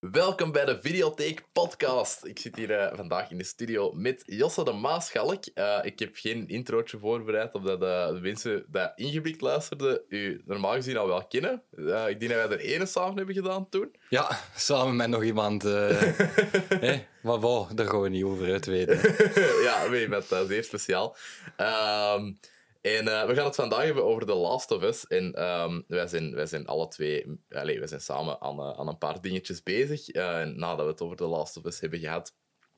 Welkom bij de Videotheek Podcast. Ik zit hier vandaag in de studio met Josse de Maaschalk. Ik heb geen introotje voorbereid, omdat de mensen die ingeblikt luisterden u normaal gezien al wel kennen. Ik denk dat wij er ene samen hebben gedaan toen. Ja, samen met nog iemand. Maar wow, daar gaan we niet over uitweiden. Ja, weet je, dat is zeer speciaal. En we gaan het vandaag hebben over The Last of Us. En wij zijn alle twee... wij zijn samen aan een paar dingetjes bezig. En nadat we het over The Last of Us hebben gehad...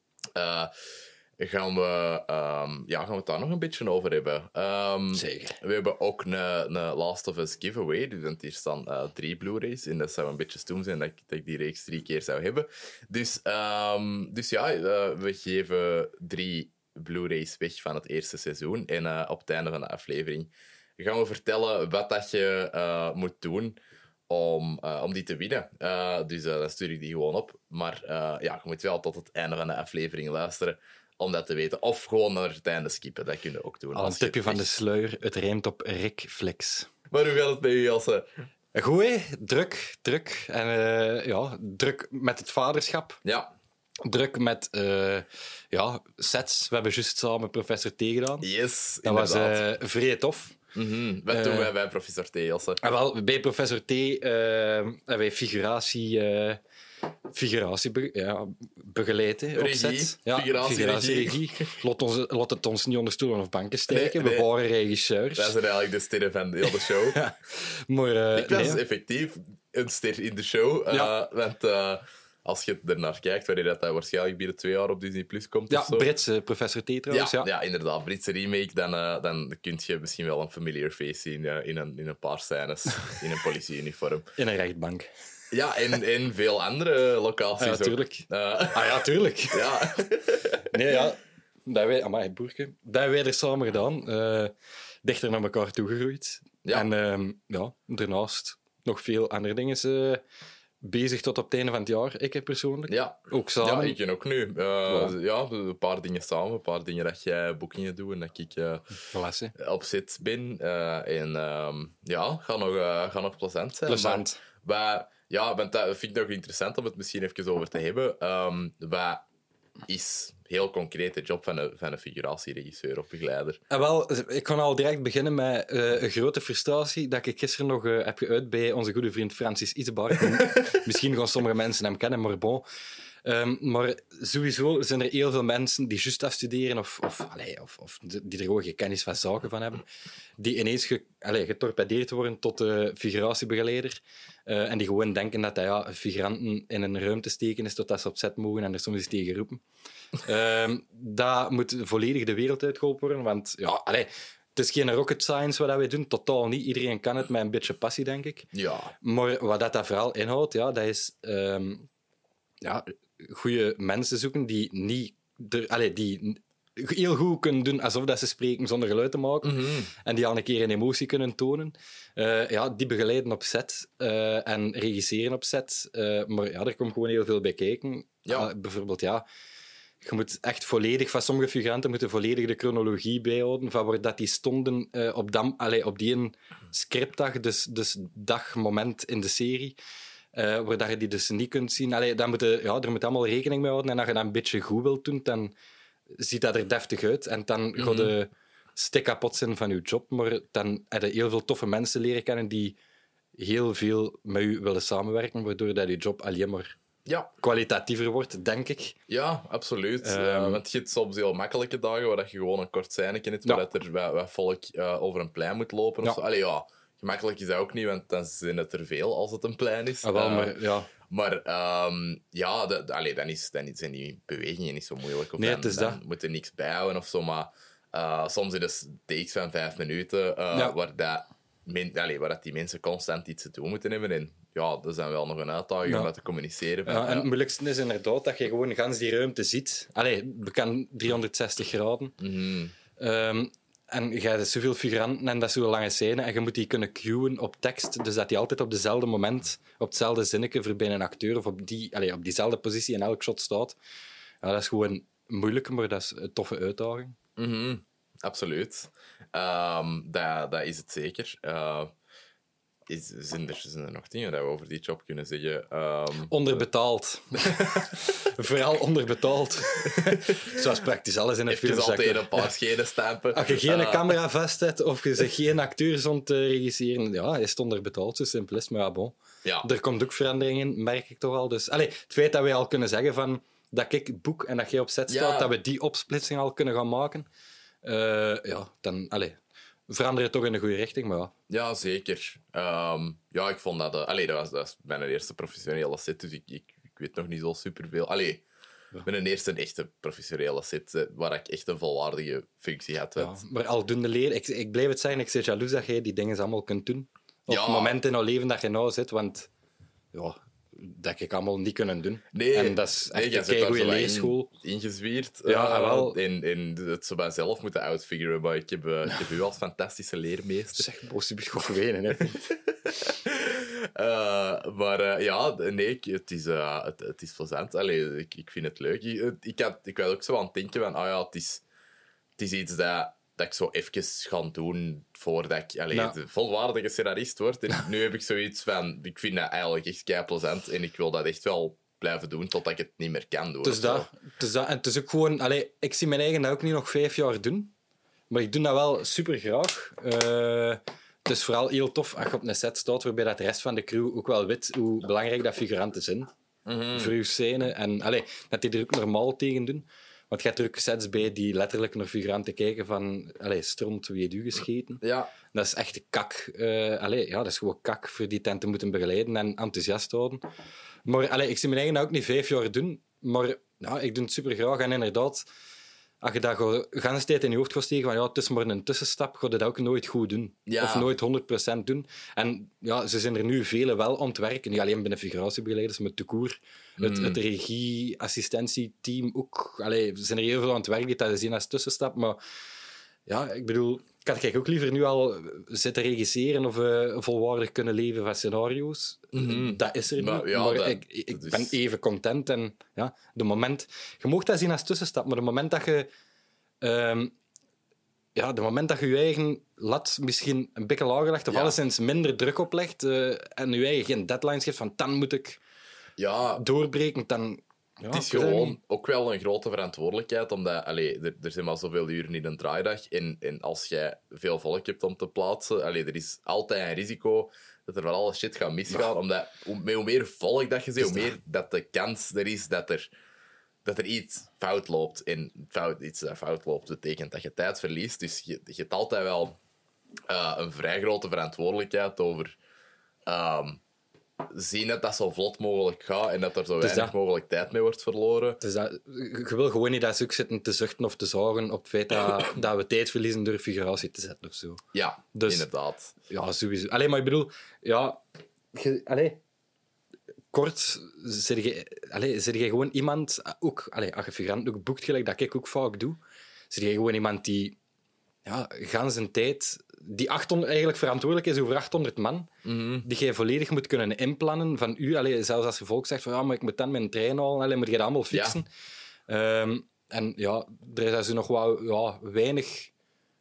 gaan we het daar nog een beetje over hebben. Zeker. We hebben ook een Last of Us giveaway. Dus hier staan 3 Blu-rays. En dat zou een beetje stoem zijn dat ik die reeks 3 keer zou hebben. Dus we geven 3 Blu-rays weg van het eerste seizoen. En op het einde van de aflevering gaan we vertellen wat dat je moet doen om die te winnen. Dus dan stuur ik die gewoon op. Maar je moet wel tot het einde van de aflevering luisteren om dat te weten. Of gewoon naar het einde skippen. Dat kun je ook doen. Al een tipje van de sluier. Het rijmt op Rickflex. Maar hoe gaat het bij u, Josse? Goed, hè? Druk. En druk met het vaderschap. Ja. Druk met sets. We hebben juist samen Professor T gedaan. Yes, Dat was inderdaad. vrij tof. Wat doen wij bij Professor T, Josse? Bij Professor T hebben wij figuratie begeleid op Regie. set. Figuratieregie. Laat het ons niet onder stoelen of banken steken. Nee. We waren regisseurs. Wij zijn eigenlijk de sterren van heel de show. Maar, Ik was effectief een ster in de show. Want als je er naar kijkt, wanneer dat waarschijnlijk binnen 2 jaar op Disney Plus komt of zo. Britse Professor T trouwens. Ja, inderdaad. Britse remake. Dan kun je misschien wel een familiar face zien in een paar scènes. In een politieuniform. In een rechtbank. Ja, en veel andere locaties Ja, ook. tuurlijk. Tuurlijk. Ja. Boerke. Dat hebben wij er samen gedaan. Dichter naar elkaar toegegroeid. Ja. En daarnaast nog veel andere dingen bezig tot op het einde van het jaar. Ik heb persoonlijk. Ja. Ook samen. Ja, ik ken ook nu. Een paar dingen samen. Een paar dingen dat jij boekingen doet en dat ik op zit ben. Gaat nog plezant zijn. Plezant. Want dat vind ik nog interessant om het misschien even over te hebben. Wat is heel concreet de job van een figuratieregisseur of begeleider? Ik kan al direct beginnen met een grote frustratie dat ik gisteren nog heb geuit bij onze goede vriend Francis Isbar. Misschien gaan sommige mensen hem kennen, maar bon. Maar sowieso zijn er heel veel mensen die juist afstuderen of die er gewoon geen kennis van zaken van hebben, die ineens getorpedeerd worden tot figuratiebegeleider en die gewoon denken dat figuranten in een ruimte steken is totdat ze op set mogen en er soms eens tegen roepen. Dat moet volledig de wereld uitgeholpen worden, want het is geen rocket science wat wij doen, totaal niet. Iedereen kan het met een beetje passie, denk ik. Ja. Maar wat dat vooral inhoudt, dat is goede mensen zoeken die heel goed kunnen doen alsof dat ze spreken zonder geluid te maken. Mm-hmm. En die al een keer een emotie kunnen tonen. Die begeleiden op set en regisseren op set. Maar er komt gewoon heel veel bij kijken. Ja. Bijvoorbeeld, je moet echt volledig, van sommige figuranten moeten volledig de chronologie bijhouden van waar dat die stonden op die een scriptdag, dus dagmoment in de serie. Waar dat je die dus niet kunt zien. Er moet allemaal rekening mee houden. En als je dat een beetje goed wilt doen, dan ziet dat er deftig uit. En dan ga je stik kapot zijn van je job. Maar dan heb je heel veel toffe mensen leren kennen die heel veel met je willen samenwerken, waardoor dat je job alleen maar kwalitatiever wordt, denk ik. Ja, absoluut. Want je hebt soms heel makkelijke dagen waar je gewoon een kort scène hebt, waar er wat volk over een plein moet lopen. Of zo. Gemakkelijk is dat ook niet, want dan zijn het er veel als het een plein is. Dan zijn die bewegingen niet zo moeilijk. Of dan moet er niks bijhouden of zo. Maar soms is het takes van 5 minuten waar dat die mensen constant iets te doen moeten hebben. En dat is dan wel nog een uitdaging om dat te communiceren. En het moeilijkste is inderdaad dat je gewoon gans die ruimte ziet. Bekend 360 graden. Mm-hmm. En je hebt zoveel figuranten en dat is zo'n lange scène en je moet die kunnen cueën op tekst, dus dat die altijd op dezelfde moment, op hetzelfde zinnetje voor bij een acteur of op diezelfde positie in elk shot staat. Ja, dat is gewoon moeilijk, maar dat is een toffe uitdaging. Mm-hmm. Absoluut. Dat is het zeker. Zijn er nog dingen dat we over die job kunnen zeggen? Onderbetaald. Vooral onderbetaald. Zoals praktisch alles in een film. Even altijd een paar schenen stampen. Als je geen camera vast hebt of je zegt geen acteurs om te regisseren, ja, is het onderbetaald, zo simpel is het. Maar ja, bon. Ja. Er komt ook verandering in, merk ik toch al. Dus, het feit dat wij al kunnen zeggen van, dat ik boek en dat jij op set staat, dat we die opsplitsing al kunnen gaan maken, dan veranderen het toch in de goede richting. Maar ja. Ja, zeker. Ik vond dat... dat was mijn eerste professionele set, dus ik weet nog niet zo superveel. Mijn eerste echte professionele set, waar ik echt een volwaardige functie had. Ja, maar aldoende leren... Ik blijf het zeggen, ik ben jaloers dat jij die dingen allemaal kunt doen. Op het moment in jouw leven dat je nou zit, want... Ja, dat ik allemaal niet kunnen doen. Nee, en dat is echt een goede leerschool. Ingezwierd. Ja, wel. En het zo bij zelf moeten outfiguren, maar ik heb u als fantastische leermeester. Zeg, alsjeblieft gewoon wenen, hè. Het is plezant. Ik vind het leuk. Ik was ook zo aan het denken van, het is iets dat ik zo even ga doen voordat ik de volwaardige scenarist word. En nu heb ik zoiets van, ik vind dat eigenlijk echt kei plezant en ik wil dat echt wel blijven doen totdat ik het niet meer kan doen. Dus dat. En het is ook gewoon... ik zie mijn eigen dat ook niet nog 5 jaar doen. Maar ik doe dat wel super graag. Het is vooral heel tof als je op een set staat waarbij dat de rest van de crew ook wel weet hoe belangrijk dat figuranten zijn. Voor je scène. En dat die er ook normaal tegen doen. Want je hebt er ook sets bij die letterlijk naar figuranten kijken van... stront, wie heeft u gescheten? Ja. Dat is echt kak. Dat is gewoon kak voor die tent te moeten begeleiden en enthousiast houden. Maar ik zie mijn eigen ook niet 5 jaar doen. Maar ik doe het super graag. En inderdaad, als je dat de hele tijd in je hoofd gaat steken van het is maar een tussenstap, ga je dat ook nooit goed doen. Ja. Of nooit 100% doen. En ze zijn er nu vele wel aan het werken. Niet alleen binnen figuratiebegeleiders, maar te koer. Het regie-assistentieteam ook. Ze zijn er heel veel aan het werken, dat is zien als tussenstap. Maar ja, ik bedoel... Kan ik ook liever nu al zitten regisseren of volwaardig kunnen leven van scenario's? Dat is er niet. Maar ik ben even content. En de moment... Je mag dat zien als tussenstap, maar de moment dat je... de moment dat je je eigen lat misschien een beetje lager legt of alleszins minder druk oplegt en je eigen geen deadlines geeft van dan moet ik doorbreken, dan... Het is gewoon ook wel een grote verantwoordelijkheid, omdat er zijn maar zoveel uren in een draaidag. En als jij veel volk hebt om te plaatsen, er is altijd een risico dat er van alle shit gaat misgaan. Omdat hoe meer volk dat je ziet, hoe meer dat de kans er is dat er iets fout loopt. En iets dat fout loopt betekent dat je tijd verliest. Dus je hebt altijd wel een vrij grote verantwoordelijkheid over... zien dat zo vlot mogelijk gaat en dat er zo weinig mogelijk tijd mee wordt verloren. Dus je wil gewoon niet dat ze ook zitten te zuchten of te zorgen op het feit dat we tijd verliezen door figuratie te zetten of zo. Ja, dus, inderdaad. Ja, sowieso. Maar ik bedoel... Kort, zit je gewoon iemand... Ook, als je figurant ook boekt, gelijk dat ik ook vaak doe, zit je gewoon iemand die gans zijn tijd... Die eigenlijk verantwoordelijk is over 800 man, die je volledig moet kunnen inplannen van u. Zelfs als je volk zegt van maar ik moet dan mijn trein halen, moet je dat allemaal fixen. Ja. Er is nog wel weinig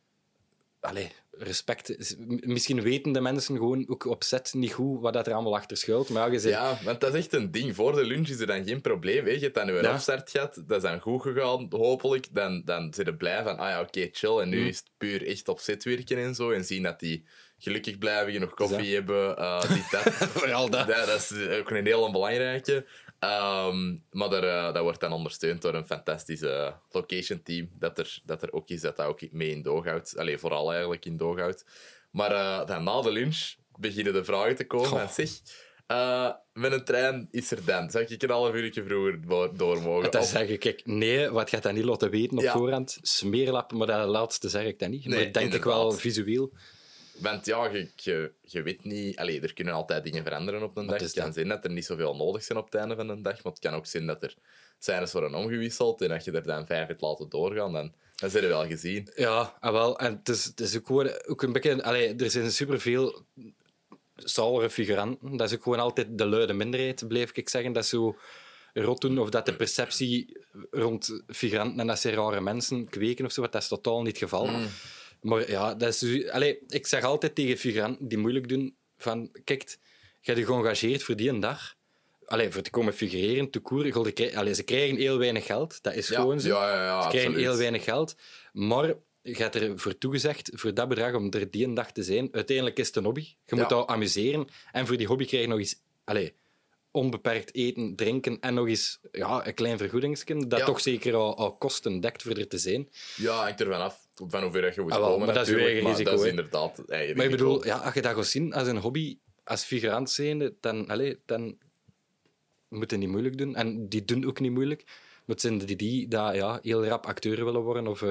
respect. Misschien weten de mensen gewoon ook op set niet goed wat er allemaal achter schuilt. Maar want dat is echt een ding. Voor de lunch is er dan geen probleem. Hè. Je hebt dan nu een opstart gehad, dat is dan goed gegaan, hopelijk. Dan zijn ze blij van, oké, chill. En nu is het puur echt op set werken en zo. En zien dat die gelukkig blijven, genoeg koffie hebben, dat is ook een heel belangrijke. Maar dat wordt dan ondersteund door een fantastische location team dat er ook is, dat ook mee in doog houdt. Vooral eigenlijk in doog houdt. Maar dan na de lunch beginnen de vragen te komen. En zeg, met een trein is er dan. Zou ik een half uurtje vroeger door mogen? Dan zeg ik, kijk, nee, wat gaat dat niet laten weten op voorhand? Smeerlap, maar dat laatste zeg ik dan niet. Nee, maar denk ik wel visueel. Want je weet niet... er kunnen altijd dingen veranderen op een dag. Het kan zijn dat er niet zoveel nodig zijn op het einde van een dag, maar het kan ook zijn dat er scènes worden omgewisseld en dat je er dan 5 hebt laten doorgaan, dan zijn er wel gezien. Ja, wel. En het is ook gewoon ook een beetje... er zijn superveel zalige figuranten. Dat is ook gewoon altijd de luide minderheid, blijf ik zeggen. Dat is zo rot doen, of dat de perceptie rond figuranten en dat ze rare mensen kweken of zo, dat is totaal niet het geval. Maar ja, dat is, ik zeg altijd tegen figuranten die moeilijk doen, van... Kijk, je hebt je geëngageerd voor die een dag. Allee, voor te komen figureren, te koeren. Ze krijgen heel weinig geld. Dat is gewoon zo. Ja, Ze krijgen absoluut. heel weinig geld. Maar je hebt ervoor toegezegd, voor dat bedrag, om er die een dag te zijn. Uiteindelijk is het een hobby. Je moet jou amuseren. En voor die hobby krijg je nog eens... onbeperkt eten, drinken en nog eens een klein vergoedingsje, dat toch zeker al kosten dekt voor er te zijn. Ja, hangt ervan af van hoeveel je moet wel, komen maar dat is natuurlijk. je eigen Maar risico, dat is hè. inderdaad het eigen Maar ik risico. bedoel, als je dat gaat zien als een hobby, als figurant zijnde, dan moet je niet moeilijk doen. En die doen ook niet moeilijk. Maar het zijn die heel rap acteur willen worden of...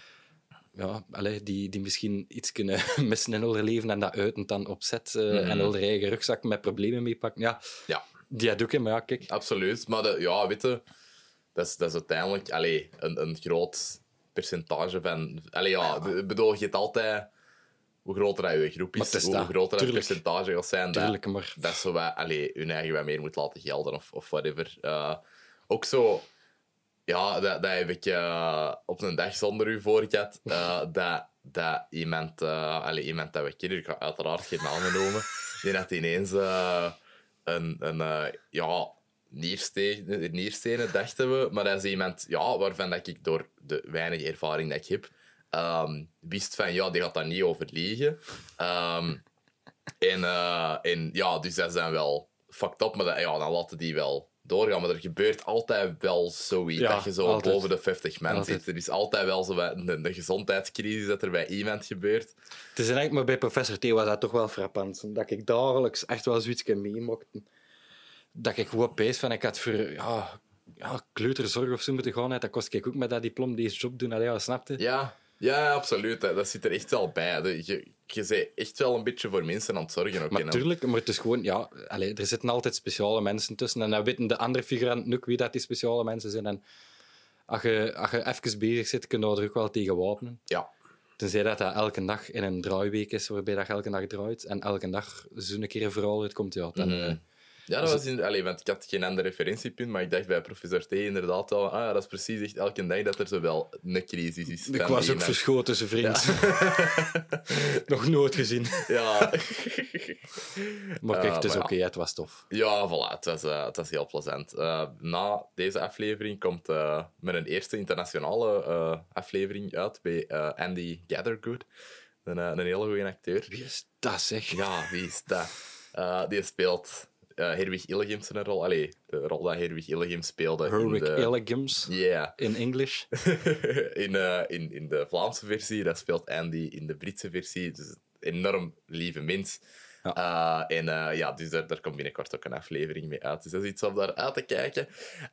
die misschien iets kunnen missen in hun leven en dat uiten dan opzet en hun eigen rugzak met problemen meepakken. Ja. Die had ook, maar kijk. Absoluut. Maar weet je, dat is uiteindelijk een groot percentage van... Ik bedoel, je hebt altijd... Hoe groter dat je groep is, hoe groter dat percentage gaat zijn. Tuurlijk, maar... Dat is zo hun eigen wat meer moet laten gelden of whatever. Ook zo... Ja, dat heb ik op een dag zonder u voor gehad. Dat iemand dat we kennen, ik ga uiteraard geen namen noemen, die had ineens nierstenen, dachten we. Maar dat is iemand waarvan dat ik door de weinige ervaring dat ik heb, wist van, die gaat daar niet over liegen. Dus dat zijn wel fucked up, maar dan laten die wel doorgaan. Maar er gebeurt altijd wel zoiets dat je zo altijd. boven de 50 mensen zit. Er is altijd wel zo een gezondheidscrisis dat er bij iemand gebeurt. Het is eigenlijk, maar bij professor T was dat toch wel frappant. Dat ik dagelijks echt wel zoiets meemaakte. Dat ik gewoon pees van, ik had voor kleuterzorg of zo moeten gaan. Dat kost ik ook met dat diploma deze job doen. Snap je? Ja, absoluut. Dat zit er echt wel bij. Je bent echt wel een beetje voor mensen aan het zorgen. Ook, maar tuurlijk, maar het is gewoon... er zitten altijd speciale mensen tussen. En dan weten de andere figuranten ook wie dat die speciale mensen zijn. En als je even bezig zit, kun je er ook wel tegen wapenen. Ja. Tenzij dat elke dag in een draaiweek is, waarbij dat je elke dag draait. En elke dag zo'n keer een verhaal uitkomt. Dan... Ja, dat was want ik had geen ander referentiepunt, maar ik dacht bij professor T inderdaad wel, dat is precies echt elke dag dat er zo wel een crisis is. Ik was ook verschoten, zijn vriend. Ja. Nog nooit gezien. Ja. Maar kijk, het is oké, het was tof. Ja, voilà, het was heel plezant. Na deze aflevering komt mijn eerste internationale aflevering uit bij Andy Gathergood. Een hele goede acteur. Wie is dat, zeg? Ja, wie is dat? Die speelt... Herwig Illegem zijn rol. De rol dat Herwig Illegem speelde. Herwig Illegems. Yeah. In English. in de Vlaamse versie. Dat speelt Andy in de Britse versie. Dus een enorm lieve mens. Ja. Dus daar komt binnenkort ook een aflevering mee uit. Dus dat is iets om daar uit te kijken.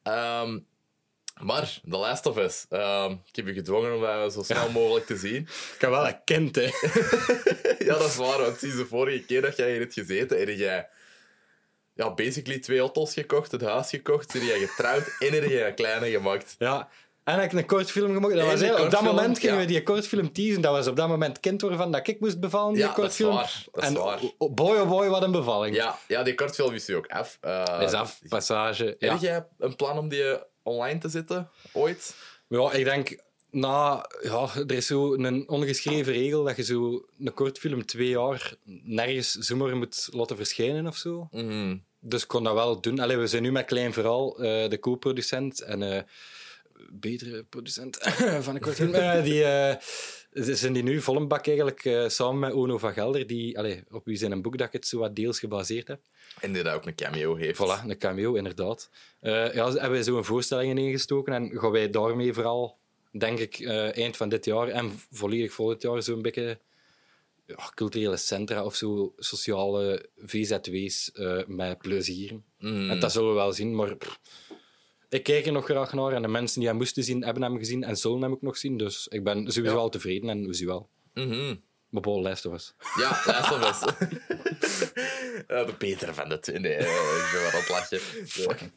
Maar The Last of Us. Ik heb je gedwongen om dat zo snel mogelijk te zien. Ik heb wel herkend, hè. Ja, dat is waar. Want sinds de vorige keer dat jij hier hebt gezeten, heb jij... Ja, basically 2 auto's gekocht, het huis gekocht, heb jij getrouwd en heb jij een kleine gemaakt. Ja, en heb ik een kortfilm gemaakt. Dat was op dat moment gingen we die kortfilm teasen. Dat was op dat moment kind waarvan dat ik moest bevallen, die kortfilm. Dat is waar. Boy, oh boy, wat een bevalling. Ja, die kortfilm is nu ook af. Is af, passage. Heb jij een plan om die online te zetten, ooit? Ja, ik denk... er is zo een ongeschreven regel dat je zo een kortfilm 2 jaar nergens zomaar moet laten verschijnen of zo. Mm. Dus ik kon dat wel doen. We zijn nu met Klein Verhaal, de co-producent en betere producent van de kortfilm. Zijn die nu vol een bak eigenlijk samen met Ono van Gelder, op wie zijn een boek dat ik het zo wat deels gebaseerd heb. En die dat ook een cameo heeft. Voilà, een cameo, inderdaad. Hebben wij zo een voorstelling ingestoken en gaan wij daarmee vooral... denk ik, eind van dit jaar en volledig volgend jaar zo'n beetje culturele centra of zo, sociale VZW's met plezier. Mm. En dat zullen we wel zien, maar ik kijk er nog graag naar en de mensen die hem moesten zien, hebben hem gezien en zullen hem ook nog zien. Dus ik ben sowieso wel tevreden en we zien wel. Mm-hmm. Maar Paul, Last of Us. Ja, Last of Us. De betere van de twee. Nee, ik ben wel aan het lachen. Fucking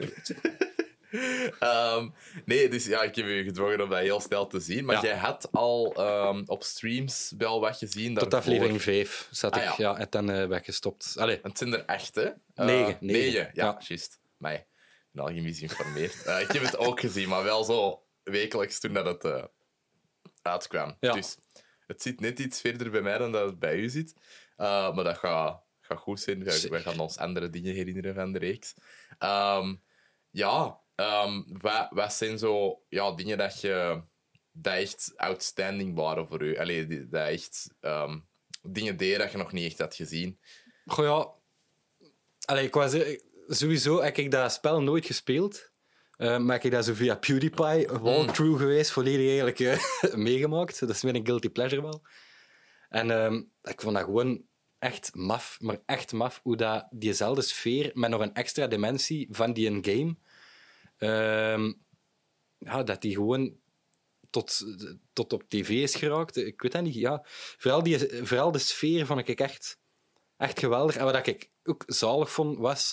nee, dus ja, ik heb je gedwongen om dat heel snel te zien. Maar jij had al op streams wel wat gezien. Tot aflevering 5 zat ik, ja. en dan weggestopt. Allee. Het zijn er 8, hè? 9. Ja, juist. Maar ik ben al geïnformeerd. Ik heb het ook gezien, maar wel zo wekelijks toen dat het uitkwam. Ja. Dus het zit net iets verder bij mij dan dat het bij u zit. Maar dat gaat gaat goed zijn. Zeker. Wij gaan ons andere dingen herinneren van de reeks. Wat zijn zo dingen dat echt outstanding waren voor u? Allee, dat echt dingen deden dat je nog niet echt had gezien. Goh ja, allee, ik was sowieso heb ik dat spel nooit gespeeld. Maar heb ik dat zo via PewDiePie walkthrough geweest, volledig eigenlijk meegemaakt. Dat is weer een guilty pleasure wel. En ik vond dat gewoon echt maf, maar echt maf, hoe dat diezelfde sfeer met nog een extra dimensie van die game, dat die gewoon tot op tv is geraakt. Ik weet dat niet. Ja. Vooral de sfeer vond ik echt geweldig. En wat ik ook zalig vond, was...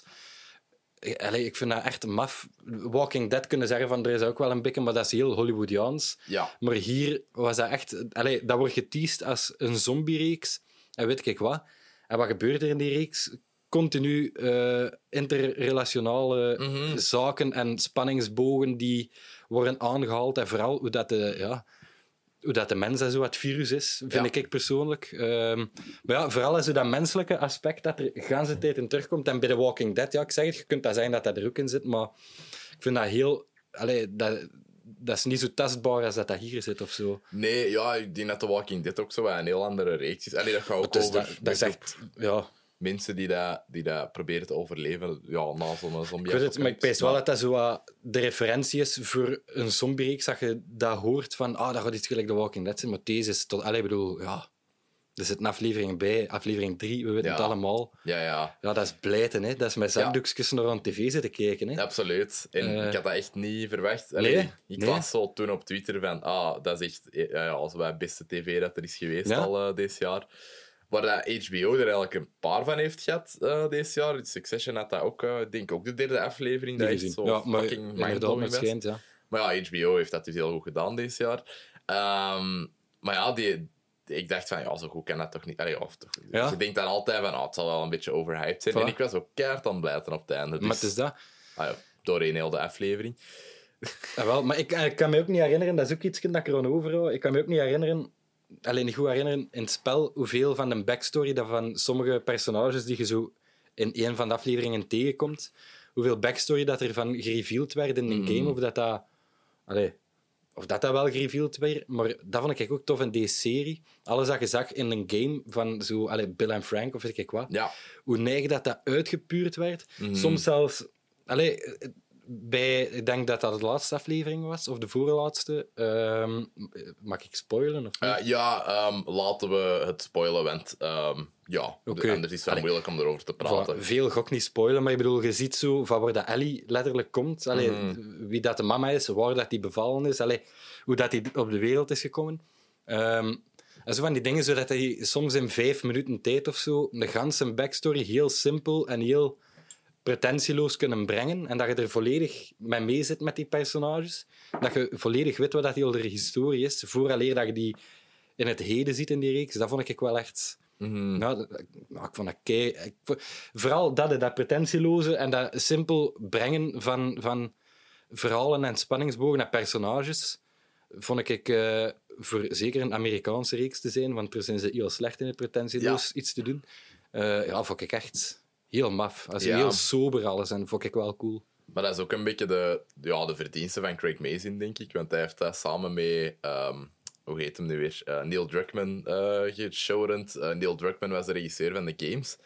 Ik vind dat echt maf. Walking Dead kunnen zeggen van er is ook wel een beetje, maar dat is heel Hollywoodiaans. Ja. Maar hier was dat echt... dat wordt geteased als een zombie-reeks. En weet ik wat. En wat gebeurt er in die reeks? Continu interrelationale zaken en spanningsbogen die worden aangehaald. En vooral hoe dat de mens en zo het virus is, vind ik persoonlijk. Maar ja, vooral zo dat menselijke aspect dat er de hele tijd in terugkomt. En bij The Walking Dead, ja, ik zeg het, je kunt dat zijn dat er ook in zit, maar ik vind dat heel... dat is niet zo tastbaar als dat hier zit of zo. Nee, ja, ik denk dat The Walking Dead ook zo een heel andere reeks is. Allee, dat gaat ook over... Dat is echt... Ja. Mensen die dat proberen te overleven na zo'n zombie. Ik weet het, maar ik pees wel dat dat zo de referentie is voor een zombie-reeks, dat je dat hoort van, dat gaat iets gelijk The Walking Dead zijn, maar deze is tot... ik bedoel, ja... Er zit een aflevering bij, aflevering 3, we weten het allemaal. Ja. Ja, dat is blijten, hè. Dat is met zakdoekjes naar aan tv zitten kijken, hè. Absoluut. En ik had dat echt niet verwacht. Ik las zo toen op Twitter van, dat is echt als het beste tv dat er is geweest al dit jaar. Waar dat HBO er eigenlijk een paar van heeft gehad dit jaar. Succession had dat ook, denk ook de derde aflevering. Dat echt zo fucking mindblowing was. Schijnt, ja. Maar ja, HBO heeft dat dus heel goed gedaan dit jaar. Maar ja, ik dacht van, zo goed kan dat toch niet. Je denkt dan altijd van, het zal wel een beetje overhyped zijn. Voilà. En ik was ook keihard aan het blijten op het einde. Dus, maar het is dat. Doorheen heel de aflevering. Wel, maar ik kan me ook niet herinneren, dat is ook iets dat ik er aan overhoud. Ik kan me ook niet herinneren, niet goed herinneren in het spel, hoeveel van de backstory dat van sommige personages die je zo in een van de afleveringen tegenkomt, hoeveel backstory dat er van gereveeld werd in een game, of dat wel gereveeld werd, maar dat vond ik ook tof in deze serie. Alles dat je zag in een game van zo, Bill en Frank of weet ik wat, hoe neig dat uitgepuurd werd. Soms zelfs... ik denk dat dat de laatste aflevering was, of de voorlaatste. Mag ik spoilen? Of niet? Laten we het spoilen, want anders is het wel moeilijk om erover te praten. Veel ga ik niet spoilen, maar ik bedoel, je ziet zo van waar dat Ellie letterlijk komt, wie dat de mama is, waar dat die bevallen is, hoe dat die op de wereld is gekomen. En zo van die dingen, zodat hij soms in 5 minuten tijd of zo de ganse backstory heel simpel en heel pretentieloos kunnen brengen en dat je er volledig mee zit met die personages. Dat je volledig weet wat dat heel de historie is, vooraleer dat je die in het heden ziet in die reeks. Dat vond ik wel echt... ik vond dat vooral dat pretentieloze en dat simpel brengen van verhalen en spanningsbogen naar personages, vond ik voor zeker een Amerikaanse reeks te zijn, want er zijn ze heel slecht in het pretentieloos iets te doen. Vond ik echt... heel maf. Heel sober alles en vond ik wel cool. Maar dat is ook een beetje de verdienste van Craig Mazin, denk ik. Want hij heeft dat samen met... hoe heet hem nu weer? Neil Druckmann geshowrund. Neil Druckmann was de regisseur van de games.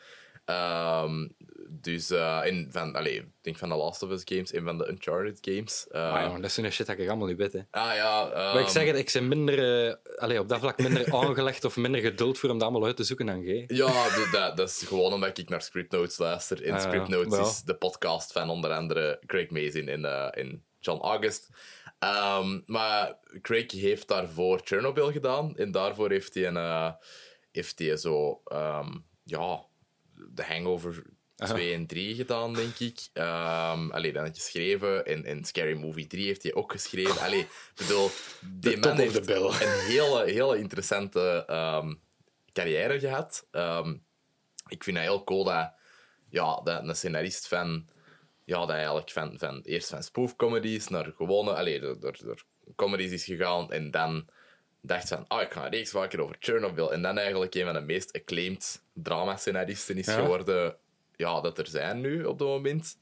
Ik denk van de Last of Us games en van de Uncharted games. Dat is een shit dat ik allemaal niet weet. Hè. Maar ik zeg het, ik ben minder, op dat vlak minder aangelegd of minder geduld voor om dat allemaal uit te zoeken dan jij. Ja, dat is gewoon omdat ik naar Script Notes luister. En Script Notes is de podcast van onder andere Craig Mazin en John August. Maar Craig heeft daarvoor Chernobyl gedaan. En daarvoor heeft hij zo... The Hangover 2 en 3 gedaan, denk ik. Dan geschreven. En Scary Movie 3 heeft hij ook geschreven. Ik bedoel, die man heeft een hele interessante carrière gehad. Ik vind het heel cool dat een scenarist van... dat eigenlijk eerst van spoofcomedies naar gewone... door comedies is gegaan en dan dacht van, ik ga een reeks maken over Chernobyl. En dan eigenlijk een van de meest acclaimed dramascenaristen is geworden dat er zijn nu op het moment.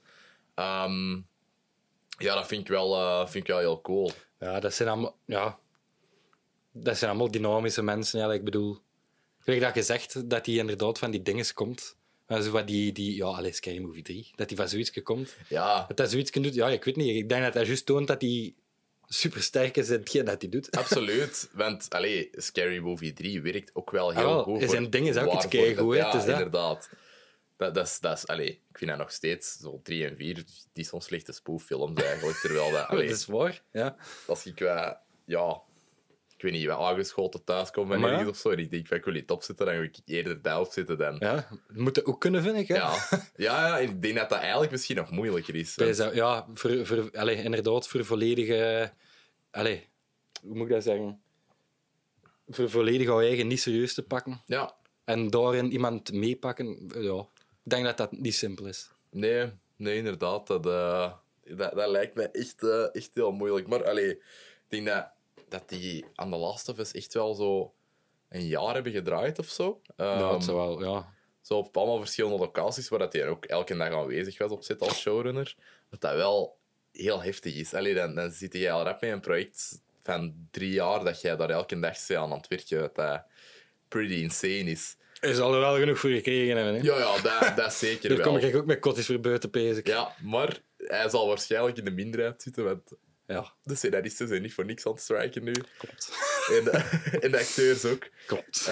Dat vind ik wel heel cool. Ja, dat zijn allemaal dynamische mensen. Ja, ik bedoel, gelijk dat je zegt dat die inderdaad van die dingen komt. Zo wat Scary Movie 3, dat die van zoiets komt. Ja. Dat hij zoiets doet, ik weet niet. Ik denk dat hij juist toont dat hij supersterk is in hetgeen dat hij doet. Absoluut. Want Scary Movie 3 werkt ook wel heel goed. Zijn ding is ook iets keigoed. Ja, inderdaad. Dat is, ik vind dat nog steeds, zo 3 en 4, die soms slechte spooffilms eigenlijk. Terwijl dat... dat is waar, ja. Als ik ik weet niet, aangeschoten thuis kom en ergens of zo, en ik denk, ik wil niet opzetten, dan wil ik eerder daar opzetten dan... Ja, dat moet je ook kunnen, vind ik. Hè? Ja, ik denk dat eigenlijk misschien nog moeilijker is. Ja, inderdaad, voor volledige... hoe moet ik dat zeggen? Voor volledig jouw eigen niet serieus te pakken. Ja. En daarin iemand meepakken, ik denk dat dat niet simpel is. Nee, inderdaad. Dat lijkt mij echt heel moeilijk. Maar ik denk dat die aan The Last of Us echt wel zo een jaar hebben gedraaid of zo. Dat zou wel, ja. Zo op allemaal verschillende locaties, waar hij ook elke dag aanwezig was op set als showrunner. Dat wel heel heftig is. Dan zit je al rap met een project van 3 jaar dat jij daar elke dag aan het werken. Dat pretty insane is. Hij zal er wel genoeg voor gekregen hebben. Hè? Ja, dat zeker wel. Daar kom ik ook met kotjes voor buiten bezig. Ja, maar hij zal waarschijnlijk in de minderheid zitten, want de scenaristen zijn niet voor niks aan het strijken nu. Klopt. En de acteurs ook. Klopt.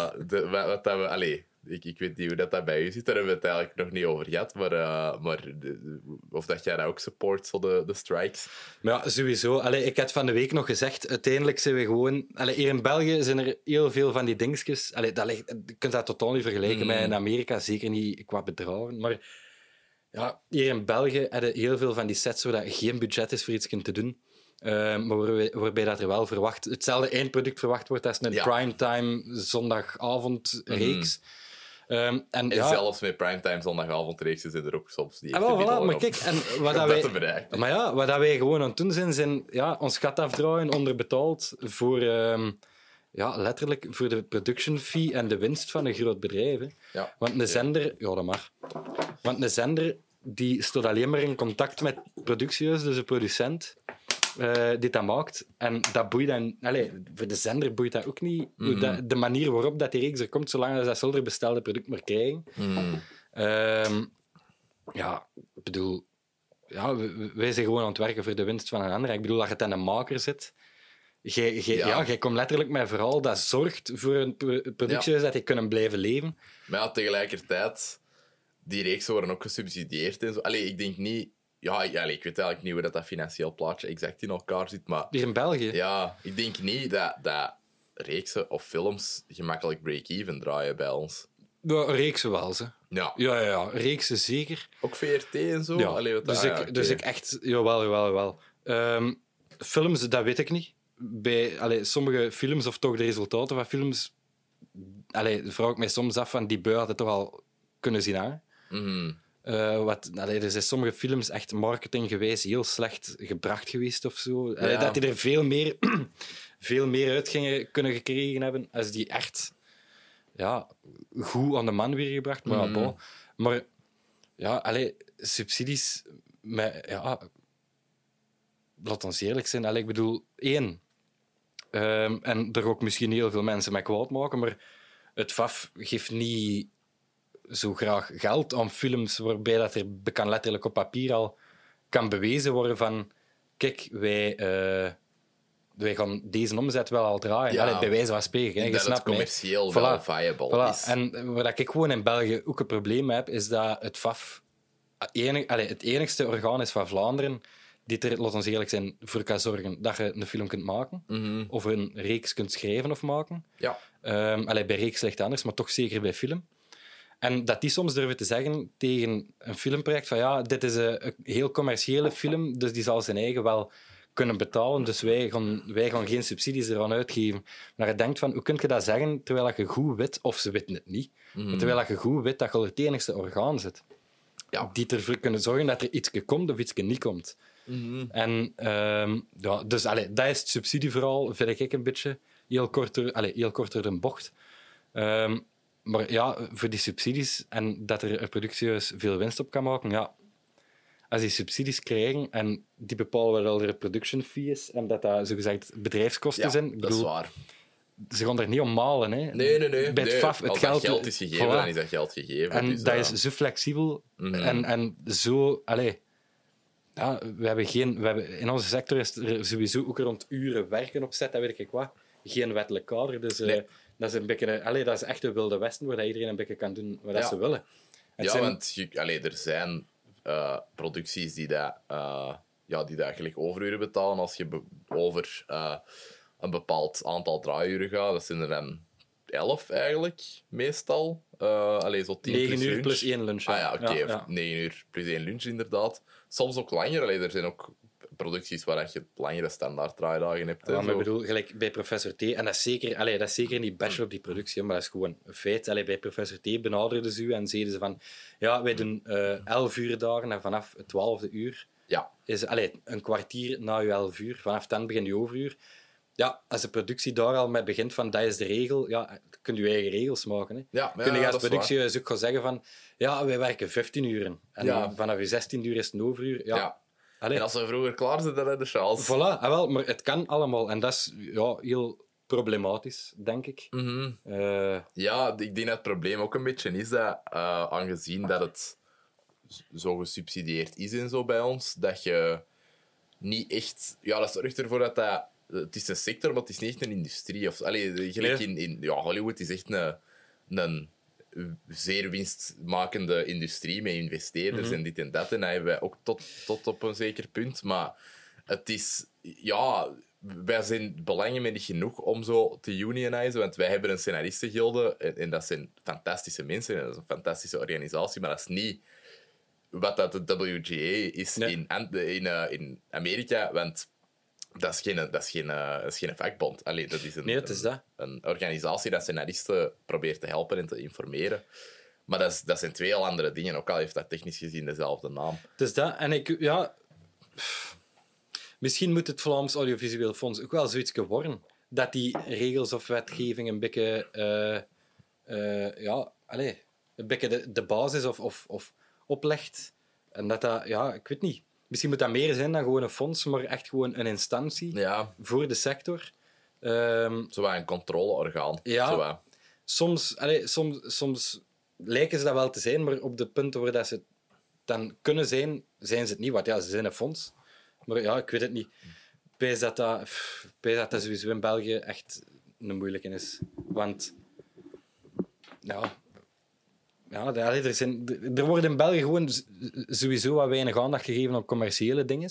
Ik weet niet hoe dat bij u zit, daar hebben we het eigenlijk nog niet over gehad, maar of dat jij dat ook support, zo de strikes. Maar ja, sowieso. Ik had van de week nog gezegd, uiteindelijk zijn we gewoon... hier in België zijn er heel veel van die dingetjes. Je kunt dat totaal niet vergelijken met in Amerika, zeker niet qua bedragen. Maar ja, hier in België hebben heel veel van die sets waar dat geen budget is voor iets te doen. Maar waarbij dat er wel hetzelfde eindproduct verwacht wordt als een primetime zondagavondreeks. En zelfs met primetime zondagavondreeks zijn er ook soms die maar kijk, en wat dat wij gewoon aan het doen zijn ons gat afdraaien, onderbetaald voor letterlijk voor de production fee en de winst van een groot bedrijf. Hè. Ja. Want een zender, dat mag. Want een zender die staat alleen maar in contact met productiehuis, dus de producent die dat maakt. En dat boeit dan... voor de zender boeit dat ook niet. De manier waarop dat die reeks er komt, zolang dat ze er bestelde product maar krijgen. Ik bedoel... wij zijn gewoon aan het werken voor de winst van een ander. Ik bedoel, dat je het aan een maker zit... Jij komt letterlijk met een verhaal dat zorgt voor een productiehuis dat die kunnen blijven leven. Maar tegelijkertijd... Die reeksen worden ook gesubsidieerd en zo. Ik denk niet... ik weet eigenlijk niet hoe dat financieel plaatje exact in elkaar zit, maar... Hier in België? Ja, ik denk niet dat reeksen of films gemakkelijk break-even draaien bij ons. Ja, reeksen wel, ze. Ja. Ja, reeksen zeker. Ook VRT en zo? Ja, dus ik echt... Jawel. Films, dat weet ik niet. Bij sommige films, of toch de resultaten van films... vraag ik mij soms af van die bui had het toch al kunnen zien aan. Er zijn sommige films echt marketinggewijs heel slecht gebracht geweest of zo. Dat die er veel meer uit gingen kunnen gekregen hebben als die echt goed aan de man weer gebracht. Maar subsidies met... laat ons eerlijk zijn. Ik bedoel, en er ook misschien heel veel mensen met kwaad maken, maar het FAF geeft niet zo graag geld aan films waarbij dat er kan letterlijk op papier al kan bewezen worden van kijk, wij gaan deze omzet wel al draaien. Bij wijze van spreken. Je dat snapt het commercieel wel viable is. En waar ik gewoon in België ook een probleem heb, is dat het FAF het enigste orgaan is van Vlaanderen die er, laat ons eerlijk zijn, voor kan zorgen dat je een film kunt maken. Of een reeks kunt schrijven of maken. Ja. Bij reeks slecht anders, maar toch zeker bij film. En dat die soms durven te zeggen tegen een filmproject van dit is een heel commerciële film, dus die zal zijn eigen wel kunnen betalen, dus wij gaan geen subsidies eraan uitgeven. Maar je denkt van, hoe kun je dat zeggen terwijl je goed weet, of ze weten het niet, maar terwijl je goed weet dat je al het enigste orgaan zit. Ja. Die ervoor kunnen zorgen dat er iets komt of iets niet komt. En dus dat is het subsidieverhaal, vind ik een beetje. heel kort door de bocht. Maar ja, voor die subsidies en dat er een productiehuis veel winst op kan maken, ja, als die subsidies krijgen en die bepalen wel de production fee is en dat zogezegd bedrijfskosten zijn. Ik dat is bedoel, waar. ze gaan er niet om malen. Hè. Nee. Bij het FAF, het Als geld, dat geld is gegeven, voilà. dan is dat geld gegeven. En dus, dat is zo flexibel en zo... Ja, we hebben, in onze sector is er sowieso ook rond uren werken op zet, dat weet ik wat. Geen wettelijk kader. Dus Nee. dat is een beetje... dat is echt een wilde westen waar iedereen een beetje kan doen wat ze willen. Want er zijn producties die dat eigenlijk overuren betalen als je over een bepaald aantal draaiuren gaat. Dat zijn er dan 11 eigenlijk, meestal. Zo 10 9 plus uur lunch. plus 1 lunch. Ah ja, oké. Ja. 9 uur plus 1 lunch, inderdaad. Soms ook langer. Er zijn ook producties waar je langere standaard draaidagen hebt. Ja, maar ik bedoel, gelijk bij Professor T, en dat is zeker niet bachelor op die productie, maar dat is gewoon een feit. Bij Professor T benaderden ze u en zeiden ze van, ja, wij doen 11 uur dagen en vanaf het 12e uur is een kwartier na je 11 uur, vanaf dan begint je overuur. Ja, als de productie daar al mee begint van, dat is de regel, ja, kun je eigen regels maken. Hè. Ja, kun je als productie waar. ook gaan zeggen van, ja, wij werken 15 uren. En vanaf je 16 uur is het een overuur. Ja. En als ze vroeger klaar zijn, dan hebben de chance. Voilà, maar het kan allemaal. En dat is heel problematisch, denk ik. Ja, ik denk dat het probleem ook een beetje is dat, aangezien dat het zo gesubsidieerd is en zo bij ons, dat je niet echt... Ja, dat zorgt ervoor dat het is een sector, maar het is niet echt een industrie. Gelijk in Hollywood is echt een zeer winstmakende industrie met investeerders en dit en dat. En dat hebben wij ook tot op een zeker punt. Maar het is... Ja, wij zijn belangen niet genoeg om zo te unionizen, want wij hebben een scenaristengilde en dat zijn fantastische mensen en dat is een fantastische organisatie, maar dat is niet wat dat de WGA is in Amerika, want dat is geen vakbond. Dat is een organisatie dat scenaristen probeert te helpen en te informeren. Maar dat zijn twee heel andere dingen, ook al heeft dat technisch gezien dezelfde naam. Dus dat, en misschien moet het Vlaams Audiovisueel Fonds ook wel zoiets worden, dat die regels of wetgeving een beetje... een beetje de basis of oplegt. En dat, ik weet niet. Misschien moet dat meer zijn dan gewoon een fonds, maar echt gewoon een instantie voor de sector. Zo een controleorgaan. Ja, soms lijken ze dat wel te zijn, maar op de punten waar dat ze dan kunnen zijn, zijn ze het niet. Want ja, ze zijn een fonds. Maar ja, ik weet het niet. Ik pijs dat sowieso in België echt een moeilijke is. Want er wordt in België gewoon sowieso wat weinig aandacht gegeven op commerciële dingen.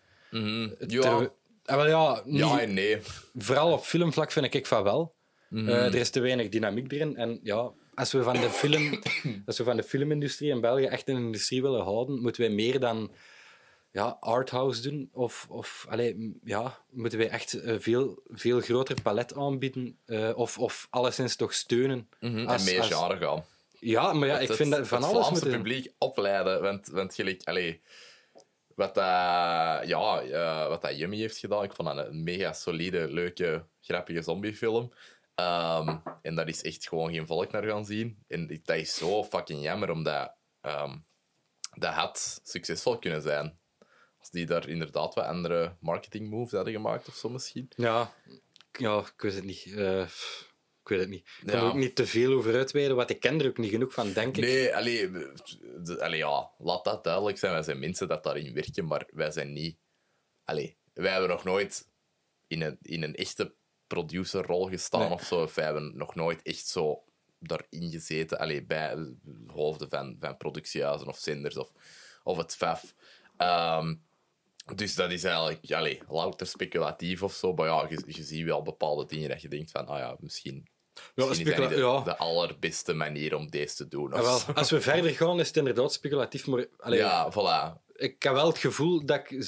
Ja en nee. Vooral op filmvlak vind ik van wel. Er is te weinig dynamiek erin. En ja, als we van de filmindustrie in België echt een industrie willen houden, moeten wij meer dan arthouse doen. Of moeten wij echt veel groter palet aanbieden. Of alleszins toch steunen. En meer genre gaan. Ja, maar ik vind dat van alles moeten... Het Vlaamse publiek opleiden, want gelijk... Wat dat Yummy heeft gedaan, ik vond dat een mega solide, leuke, grappige zombiefilm. En daar is echt gewoon geen volk naar gaan zien. En dat is zo fucking jammer, omdat dat had succesvol kunnen zijn. Als die daar inderdaad wat andere marketing moves hadden gemaakt of zo misschien. Ja, ik weet het niet. Ik weet het niet. Ik kan er ook niet te veel over uitweiden, want ik ken er ook niet genoeg van, denk ik. Nee, laat dat duidelijk zijn. Wij zijn mensen dat daarin werken, maar wij zijn niet... wij hebben nog nooit in een echte producerrol gestaan of zo. Of wij hebben nog nooit echt zo daarin gezeten. Bij hoofden van productiehuizen of zenders of het FAF. Dus dat is eigenlijk louter speculatief of zo. Maar ja, je ziet wel bepaalde dingen dat je denkt van, misschien is dat niet de allerbeste manier om deze te doen. Als we verder gaan, is het inderdaad speculatief. Maar, voilà. Ik heb wel het gevoel dat ik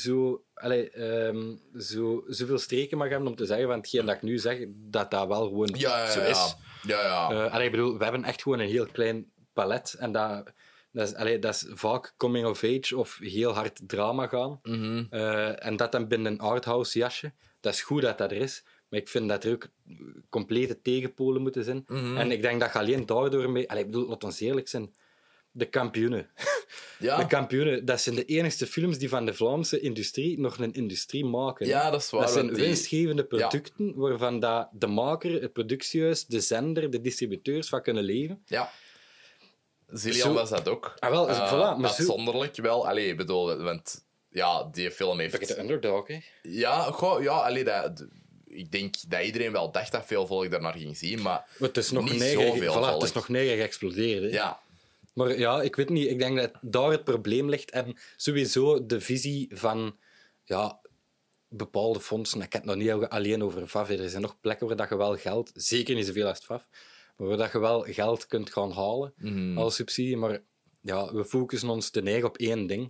zoveel streken mag hebben om te zeggen van hetgeen dat ik nu zeg, dat wel gewoon zo is. Ik bedoel, we hebben echt gewoon een heel klein palet. En dat is vaak coming of age of heel hard drama gaan. En dat dan binnen een arthouse jasje. Dat is goed dat dat er is. Maar ik vind dat er ook complete tegenpolen moeten zijn. En ik denk dat je alleen daardoor mee... Allee, ik bedoel, laat ons eerlijk zijn. De Kampioenen. Ja. De Kampioenen, dat zijn de enigste films die van de Vlaamse industrie nog een industrie maken. Ja, dat is waar. Dat zijn want die- winstgevende producten waarvan dat de maker, het productiehuis, de zender, de distributeurs van kunnen leven. Ja. Zillian Zo- was dat ook. Ah, wel, voilà, maar zo- uitzonderlijk wel. Allee, ik bedoel, want ja, die film heeft... Beetje de underdog, hè. Ja, goh, ja, allee, ik denk dat iedereen wel dacht dat veel volk daarnaar ging zien, maar Maar het is nog niet neig, zoveel voilà, volk. het is nog neig geëxplodeerd. Hè. Ja, Maar ja, ik weet niet. Ik denk dat daar het probleem ligt. En sowieso de visie van ja, bepaalde fondsen. Ik heb het nog niet alleen over FAF. Er zijn nog plekken waar dat je wel geld, zeker niet zoveel als het FAF, maar waar dat je wel geld kunt gaan halen als subsidie. Maar ja, we focussen ons te neigen op één ding.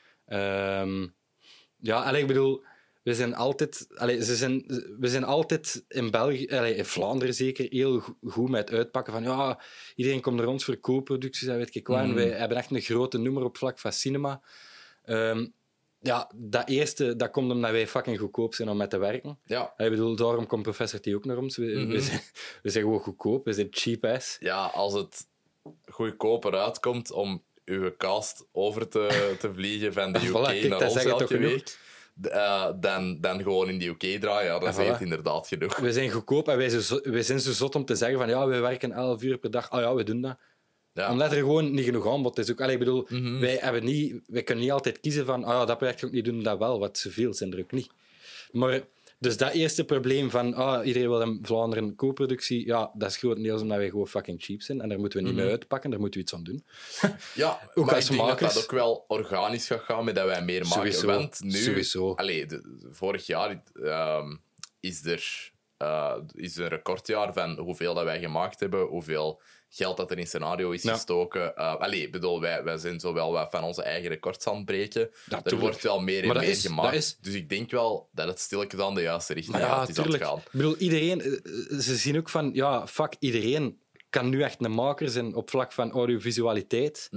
Ja, allee, ik bedoel, we zijn altijd, we zijn altijd in België, in Vlaanderen zeker, heel goed met het uitpakken van ja, iedereen komt naar ons voor co-producties en weet ik wat. En wij hebben echt een grote nummer op vlak van cinema. Ja, dat eerste, dat komt omdat wij fucking goedkoop zijn om met te werken. ja. Ik bedoel, daarom komt Professor T ook naar ons. We zijn gewoon goedkoop, we zijn cheap ass. Ja, als het goedkoper uitkomt om uw cast over te vliegen van de UK Voilà, kijk, naar dat ons zeg je toch elke genoeg? week, dan gewoon in de UK draaien, ja, dat Voilà. is inderdaad genoeg. We zijn goedkoop en wij zijn zo zot om te zeggen van ja, wij werken 11 uur per dag. Ah ja, we doen dat. Ja. Omdat er gewoon niet genoeg aanbod is. Ook, allee, ik bedoel, wij kunnen niet altijd kiezen van dat project ga ik niet doen, dat wel. Wat zoveel zijn er ook niet. Maar, dus dat eerste probleem van iedereen wil in Vlaanderen een co-productie, ja, dat is grotendeels omdat wij gewoon fucking cheap zijn. En daar moeten we niet mee uitpakken, daar moeten we iets aan doen. Ja, Ook maar als ik denk makers. dat dat ook wel organisch gaat gaan met dat wij meer maken. Sowieso. Want nu, Sowieso. Allee, vorig jaar is er een recordjaar van hoeveel dat wij gemaakt hebben, hoeveel geld dat er in scenario is Ja. gestoken. Allee, ik bedoel, wij zijn zo wel wat van onze eigen records aan het breken. Er tuurlijk. wordt wel meer en Maar dat meer is- gemaakt. dat is- Dus ik denk wel dat het stilletjes aan de juiste richting Maar ja, is aan het tuurlijk. gaan. Ik bedoel, iedereen, ze zien ook van, ja, fuck, iedereen kan nu echt een maker zijn op vlak van audiovisualiteit.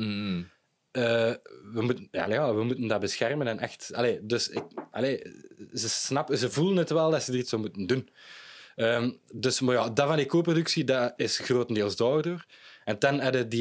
We moeten dat beschermen en echt... Ze voelen het wel dat ze er iets aan moeten doen. Dus, maar ja, dat van die co-productie, dat is grotendeels daardoor. En dan hadden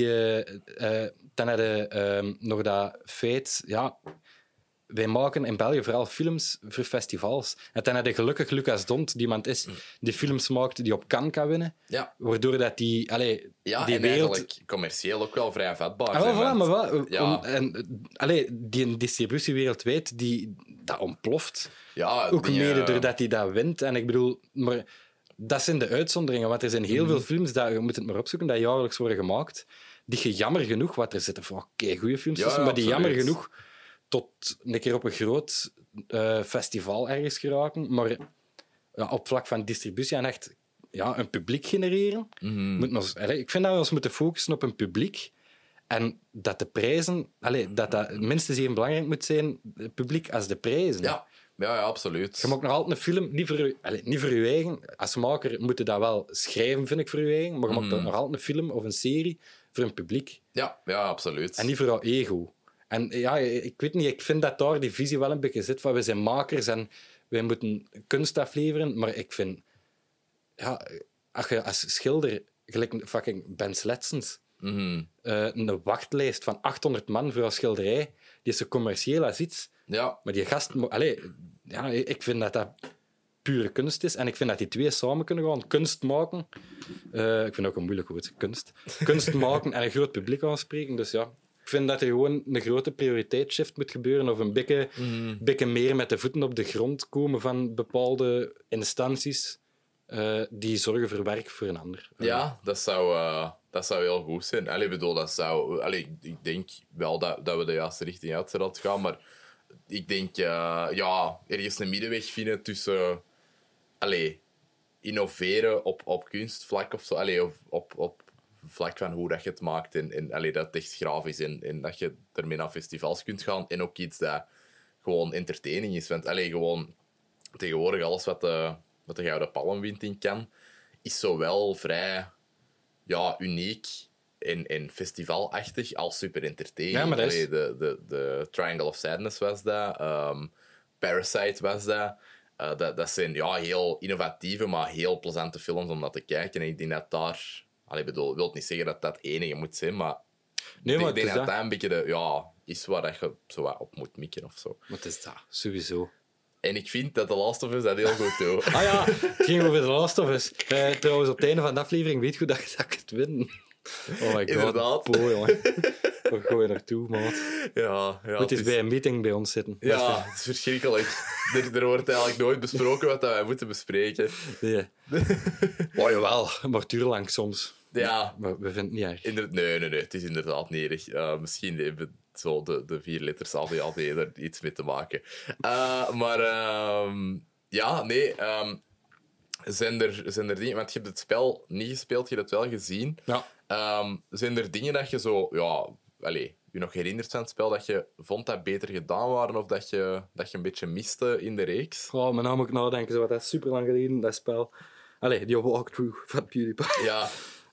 nog dat feit... Ja, wij maken in België vooral films voor festivals. En dan hadden gelukkig Lucas Dont, die iemand is die films maakt die op Cannes kan winnen. Ja. Waardoor dat die En wereld... eigenlijk commercieel ook wel vrij vatbaar Ah, wel, zijn. voilà, want- maar wel. Ja. Die distributie wereldwijd, dat ontploft. Ja, Ook dingen- mede doordat hij dat wint. En ik bedoel, maar dat zijn de uitzonderingen. Want er zijn heel veel films, je moet het maar opzoeken, die jaarlijks worden gemaakt, die je jammer genoeg, wat er zitten voor goede films Ja, tussen, maar die absoluut. jammer genoeg tot een keer op een groot festival ergens geraken. Maar ja, op vlak van distributie en echt een publiek genereren. Ik vind dat we ons moeten focussen op een publiek. En dat de prijzen... dat minstens even belangrijk moet zijn, het publiek, als de prijzen. Ja, absoluut. Je maakt nog altijd een film, niet voor je eigen. Als maker moet je dat wel schrijven, vind ik, voor je eigen. Maar je maakt nog altijd een film of een serie voor een publiek. Ja, absoluut. En niet voor jouw ego. En ja, ik weet niet, ik vind dat daar die visie wel een beetje zit van we zijn makers en wij moeten kunst afleveren. Maar ik vind... Ja, als je als schilder, gelijk fucking Ben Sletsens, een wachtlijst van 800 man voor een schilderij, die is zo commercieel als iets. Ja, Maar die gast... ik vind dat dat pure kunst is. En ik vind dat die twee samen kunnen gaan. Kunst maken. Ik vind het ook een moeilijk woord, kunst. Kunst maken en een groot publiek aanspreken. Dus ja, ik vind dat er gewoon een grote prioriteitsshift moet gebeuren. Of een beetje meer met de voeten op de grond komen van bepaalde instanties die zorgen voor werk voor een ander. ja dat zou heel goed zijn. Allee, bedoel, ik denk wel dat we de juiste richting uit zullen gaan, maar ik denk ergens een middenweg vinden tussen innoveren op kunstvlak of zo, of op vlak van hoe dat je het maakt en dat het echt grafisch en dat je ermee naar festivals kunt gaan en ook iets dat gewoon entertaining is. Want gewoon tegenwoordig alles wat de Gouden Palm wint in Cannes is zo wel vrij uniek en festivalachtig als super entertaining. Ja, maar dat is... De Triangle of Sadness was dat. Parasite was dat. Dat zijn heel innovatieve, maar heel plezante films om naar te kijken. En ik denk dat daar... ik wil niet zeggen dat dat het enige moet zijn, maar... Nee, maar ik denk het is dat een beetje is waar dat je zo wat op moet mikken of zo. Maar het is dat, sowieso. En ik vind dat The Last of Us dat heel goed doet. Ah ja, het ging over The Last of Us. Trouwens, op het einde van de aflevering weet je hoe dat ik het win. Oh my god. Inderdaad. Boy, jongen. Waar ga je naartoe, maat? Ja, Moet eens bij een meeting bij ons zitten. Ja, het is verschrikkelijk. Er wordt eigenlijk nooit besproken wat wij moeten bespreken. Nee. Oh jawel, maar duurlang soms. Ja. Maar we vinden het niet erg. Nee, het is inderdaad niet erg. Misschien hebben zo de 4 letters ADHD er iets mee te maken. Zijn er dingen... Want je hebt het spel niet gespeeld, je hebt het wel gezien. Ja. Zijn er dingen dat je zo... je nog herinnert van het spel dat je vond dat beter gedaan waren of dat je een beetje miste in de reeks? Oh, mijn naam moet ik nadenken, zo, dat is super lang geleden, dat spel. Allee, die walkthrough van PewDiePie. Ja.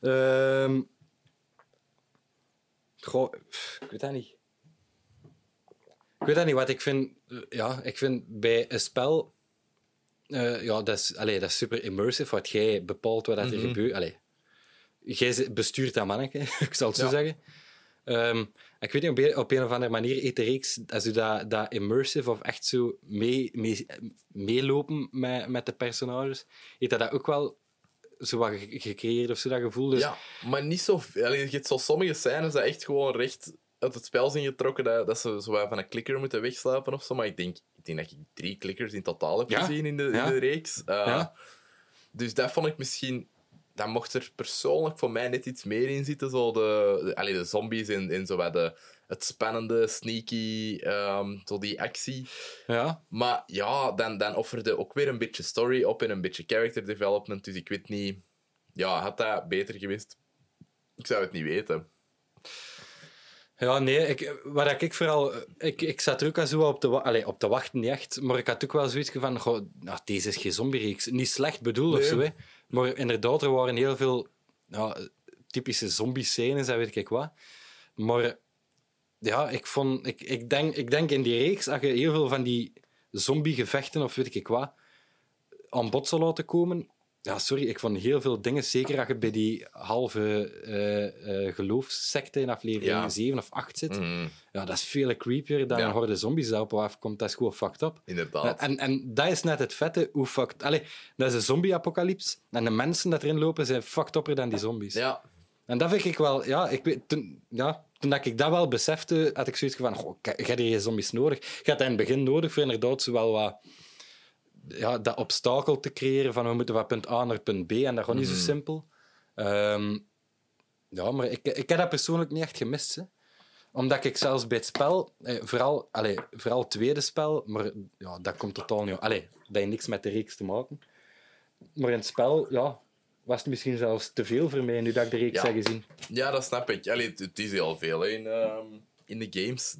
Ik weet dat niet. Ik weet dat niet, wat ik vind... ik vind bij een spel... dat is super immersive, wat jij bepaalt wat er gebeurt. Allee, jij bestuurt dat manneke, ik zal het zo zeggen. Ik weet niet, op een of andere manier eet de reeks als u dat immersive of echt zo meelopen met de personages, heeft dat ook wel zo wat gecreëerd of zo, dat gevoel. Dus... Ja, maar niet zo... Je hebt zo sommige scènes dat echt gewoon recht uit het spel zijn getrokken, dat ze zo wat van een klikker moeten wegsluipen of zo. Maar ik denk dat ik 3 klikkers in totaal heb gezien in de reeks. Dus dat vond ik misschien... Dan mocht er persoonlijk voor mij net iets meer in zitten. Zo de zombies en zo wat het spannende, sneaky, zo die actie. Ja. Maar ja, dan offerde ook weer een beetje story op en een beetje character development. Dus ik weet niet... Ja, had dat beter geweest? Ik zou het niet weten. Ja, nee. Waar ik vooral... Ik zat er ook al zo op te wachten, niet echt. Maar ik had ook wel zoiets van... Goh, deze is geen zombie-reeks. Niet slecht bedoeld of zo, hè. Maar inderdaad, er waren heel veel typische zombie-scènes, dat weet ik wat. Maar ja, ik denk in die reeks, als je heel veel van die zombie-gevechten, of weet ik wat, aan bod zou laten komen... Ja, sorry, ik vond heel veel dingen, zeker als je bij die halve geloofssecte in aflevering 7 of 8 zit. Ja, dat is veel creepier dan een horde zombies dat op je afkomt. Dat is gewoon fucked up. Inderdaad. En dat is net het vette, hoe fucked... Allee, dat is een zombie-apocalypse. En de mensen dat erin lopen zijn fucked upper dan die zombies. Ja. En dat vind ik wel... Ja, toen dat ik dat wel besefte, had ik zoiets van... Goh, ik heb hier zombies nodig. Je had dat in het begin nodig voor inderdaad zowel wat... Ja, dat obstakel te creëren van we moeten van punt A naar punt B en dat gaat niet zo simpel. Ja, maar ik heb dat persoonlijk niet echt gemist. Hè. Omdat ik zelfs bij het spel, vooral het tweede spel, maar ja, dat komt totaal niet... dat heeft niks met de reeks te maken. Maar in het spel, ja, was het misschien zelfs te veel voor mij nu dat ik de reeks heb gezien. Ja, dat snap ik. Het is heel veel hè, in de games.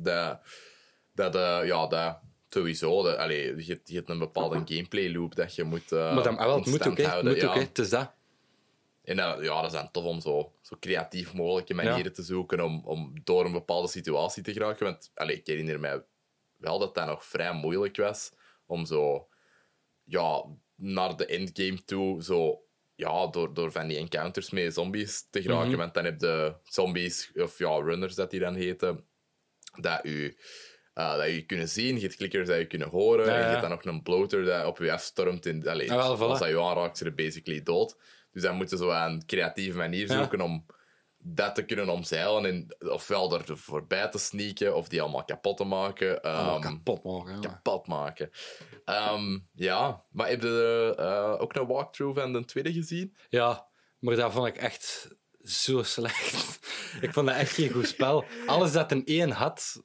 Dat sowieso. Je hebt een bepaalde gameplay loop dat je moet maar het moet ook, hè. Het is dat. En dat is dan tof om zo creatief mogelijke manieren te zoeken om door een bepaalde situatie te geraken. Want ik herinner mij wel dat dat nog vrij moeilijk was om zo naar de endgame toe door van die encounters met zombies te geraken. Want dan heb je zombies, of runners dat die dan heten, dat je kunnen zien, je hebt klikkers dat je kunnen horen, en je hebt dan nog een bloater dat op je afstormt. Als dat je aanraakt, ze er basically dood. Dus dan moeten ze zo een creatieve manier zoeken om dat te kunnen omzeilen. En ofwel er voorbij te sneaken, of die allemaal kapot te maken. Kapot maken. Maar heb je ook een walkthrough van de tweede gezien? Ja, maar dat vond ik echt zo slecht. Ik vond dat echt geen goed spel. Alles dat een 1 had...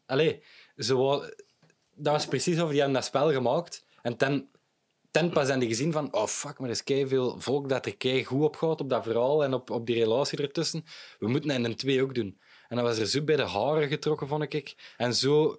dat was precies over die hebben dat spel gemaakt. En ten pas hebben die gezien van... Oh, fuck, maar er is keiveel volk dat er keigoed op gaat, op dat verhaal en op die relatie ertussen. We moeten dat in een 2 ook doen. En dan was er zo bij de haren getrokken, vond ik. En zo...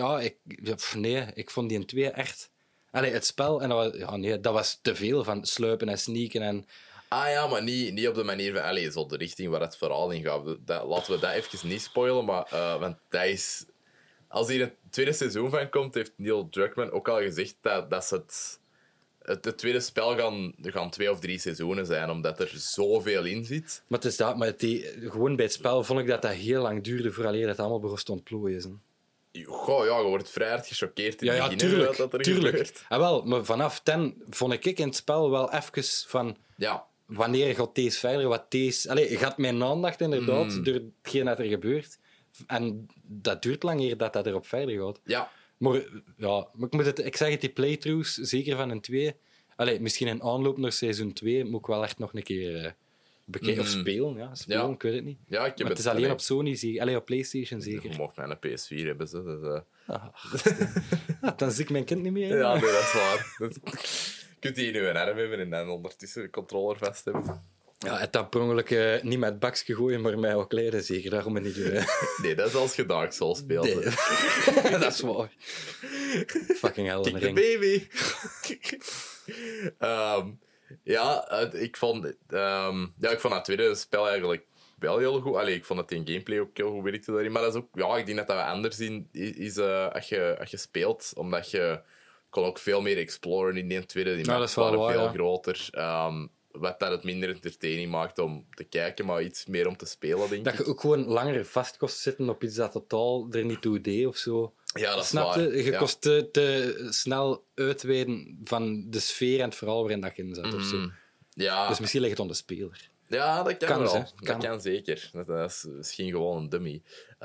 Ik vond die in 2 echt... het spel... En dat was te veel van sluipen en sneaken en... Maar niet op de manier van... zo de richting waar het verhaal in gaat. Laten we dat even niet spoilen, maar... want dat is... Als hier een tweede seizoen van komt, heeft Neil Druckmann ook al gezegd dat ze het het tweede spel gaan 2 of 3 seizoenen zijn, omdat er zoveel in zit. Maar, het is dat, maar gewoon bij het spel vond ik dat heel lang duurde vooraleer dat allemaal begon te ontplooien. Hè. Goh, ja, je wordt vrij hard gechoqueerd in het begin tuurlijk. dat er Tuurlijk. gebeurt. Wel, maar vanaf 10 vond ik in het spel wel even van... Ja. Wanneer gaat deze verder? Wat deze... Allee, gaat mijn aandacht inderdaad door hetgeen dat er gebeurt. En dat duurt lang eer dat erop verder gaat. Ja. Maar ja, maar ik zeg het, die playthroughs, zeker van een 2... Allee, misschien in aanloop naar seizoen 2 moet ik wel echt nog een keer bekijken. Of spelen, ja. Spelen, ik weet het niet. Ja, ik heb maar het is alleen op Sony, allee, op PlayStation zeker. Je mocht mij een PS4 hebben, ze. Dus, dan zie ik mijn kind niet meer. Ja, nee, dat is waar. Je kunt die in je arm hebben en dan ondertussen de controller vast hebben. Ja, het had per ongeluk niet met bakje gooien, maar mij ook kleden zeker. Daarom ben ik niet doen. Nee, dat is als je Dark Souls speelt. Nee. Dat is waar. Fucking hell, Kick een the ring. baby. Ik vond het tweede spel eigenlijk wel heel goed. Allee, ik vond dat die gameplay ook heel goed werkte daarin. Maar dat is ook, ja, ik denk dat we anders zien is als je speelt. Omdat je kon ook veel meer exploren in die tweede. Die maps waren waar, veel ja. groter. Wat dat het minder entertaining maakt om te kijken, maar iets meer om te spelen, denk Dat ik. je ook gewoon langer vast kost zitten op iets dat totaal er niet toe deed of zo. Ja, dat is Snap je? waar. Je Ja. kost te snel uitweiden van de sfeer en het verhaal waarin dat je in zat. Of zo. Ja. Dus misschien ligt het aan de speler. Ja, dat kan wel. hè. Dat kan zeker. Dat is misschien gewoon een dummy.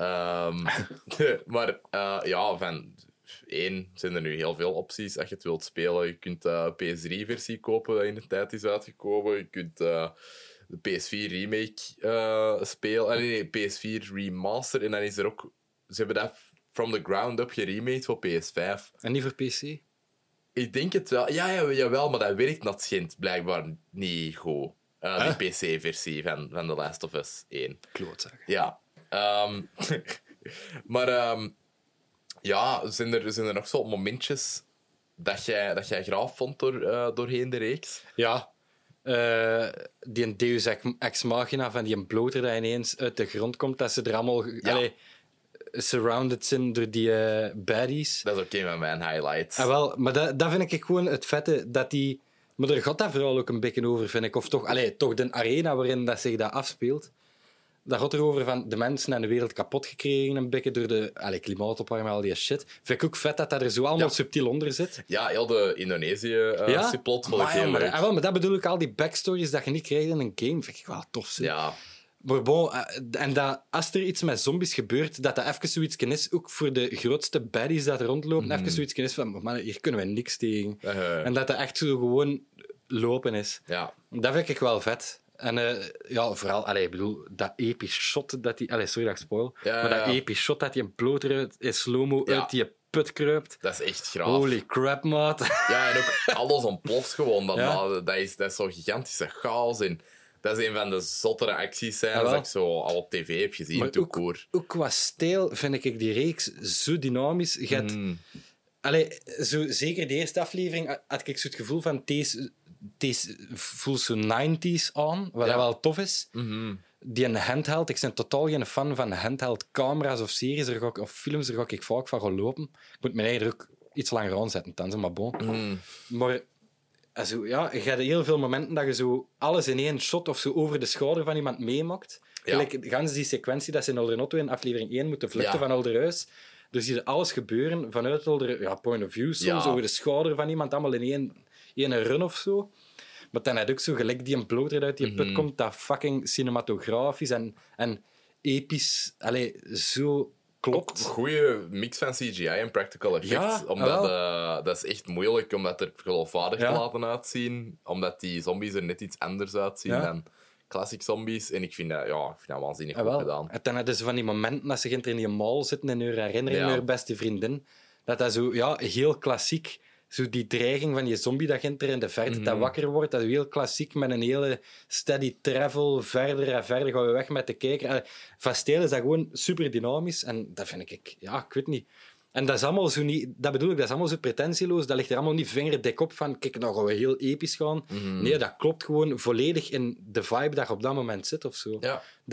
Maar van 1 zijn er nu heel veel opties als je het wilt spelen. Je kunt de PS3-versie kopen, dat in de tijd is uitgekomen. Je kunt de PS4 remake spelen. Nee, PS4 remaster. En dan is er ook... Ze hebben dat from the ground up geremade voor PS5. En niet voor PC? Ik denk het wel. Ja, jawel, maar dat werkt nog blijkbaar niet goed. Die PC-versie van The Last of Us 1. Klootzaken. Ja. Maar zijn er nog zo momentjes dat jij graaf vond doorheen de reeks? Ja. Die een Deus Ex Machina van die een bloter dat ineens uit de grond komt, dat ze er allemaal surrounded zijn door die baddies. Dat is ook een van mijn highlights. Ah, wel, maar dat vind ik gewoon het vette, dat die... Maar daar gaat dat vooral ook een beetje over, vind ik. Of toch de arena waarin dat zich dat afspeelt. Dat gaat erover van de mensen en de wereld kapot gekregen, een beetje door de klimaatopwarming en al die shit. Vind ik ook vet dat er zo allemaal subtiel onder zit. Ja, heel de Indonesië-subplot vond ik heel leuk. Maar dat bedoel ik, al die backstories dat je niet krijgt in een game, vind ik wel tof. Zeg. Ja. Maar bon, en dat als er iets met zombies gebeurt, dat even zoiets is, ook voor de grootste baddies dat er rondlopen, even zoiets is van, man, hier kunnen we niks tegen. En dat echt zo gewoon lopen is. Ja. Dat vind ik wel vet. En vooral, ik bedoel, dat episch shot dat die... sorry dat ik spoil. Maar dat episch shot dat hij een bloter in slow-mo uit die put kruipt. Dat is echt graaf. Holy crap, maat. Ja, en ook alles ontploft gewoon. Dat is zo'n gigantische chaos. En dat is een van de zottere acties dat ik zo al op tv heb gezien. Maar ook qua stijl vind ik die reeks zo dynamisch. Je hebt, zeker de eerste aflevering had ik zo het gevoel van... Deze voelt zo 90s aan, wat dat wel tof is. Die een handheld, ik ben totaal geen fan van handheld camera's of series of films, daar ga ik vaak van gaan lopen. Ik moet mijn eigen ook iets langer aanzetten, dan, maar bon. Maar je hebt heel veel momenten dat je zo alles in één shot of zo over de schouder van iemand meemaakt. Gelijk gans die sequentie dat ze in Older in aflevering 1 moeten vluchten van Olderhuis. Dus zie je alles gebeuren vanuit Older, point of view, soms over de schouder van iemand, allemaal in één run of zo. Maar dan heb je ook zo gelijk die een bloter uit die put komt, dat fucking cinematografisch en episch, zo klopt. Goeie mix van CGI en practical effects. Dat is echt moeilijk om dat er geloofwaardig te laten uitzien. Omdat die zombies er net iets anders uitzien dan classic zombies. En ik vind dat waanzinnig goed gedaan. En dan hadden ze van die momenten dat ze in die mall zitten en hun herinnering hun beste vriendin. Dat zo heel klassiek... Zo die dreiging van die zombie dat er in de verte dat wakker wordt, dat is heel klassiek met een hele steady travel, verder en verder gaan we weg met de kijker. Van stijl is dat gewoon super dynamisch en dat vind ik, ik weet niet. En dat is allemaal zo niet, dat bedoel ik, dat is allemaal zo pretentieloos, dat ligt er allemaal niet vingerdik op van, kijk, nou gaan we heel episch gaan. Nee, dat klopt gewoon volledig in de vibe dat je op dat moment zit of zo.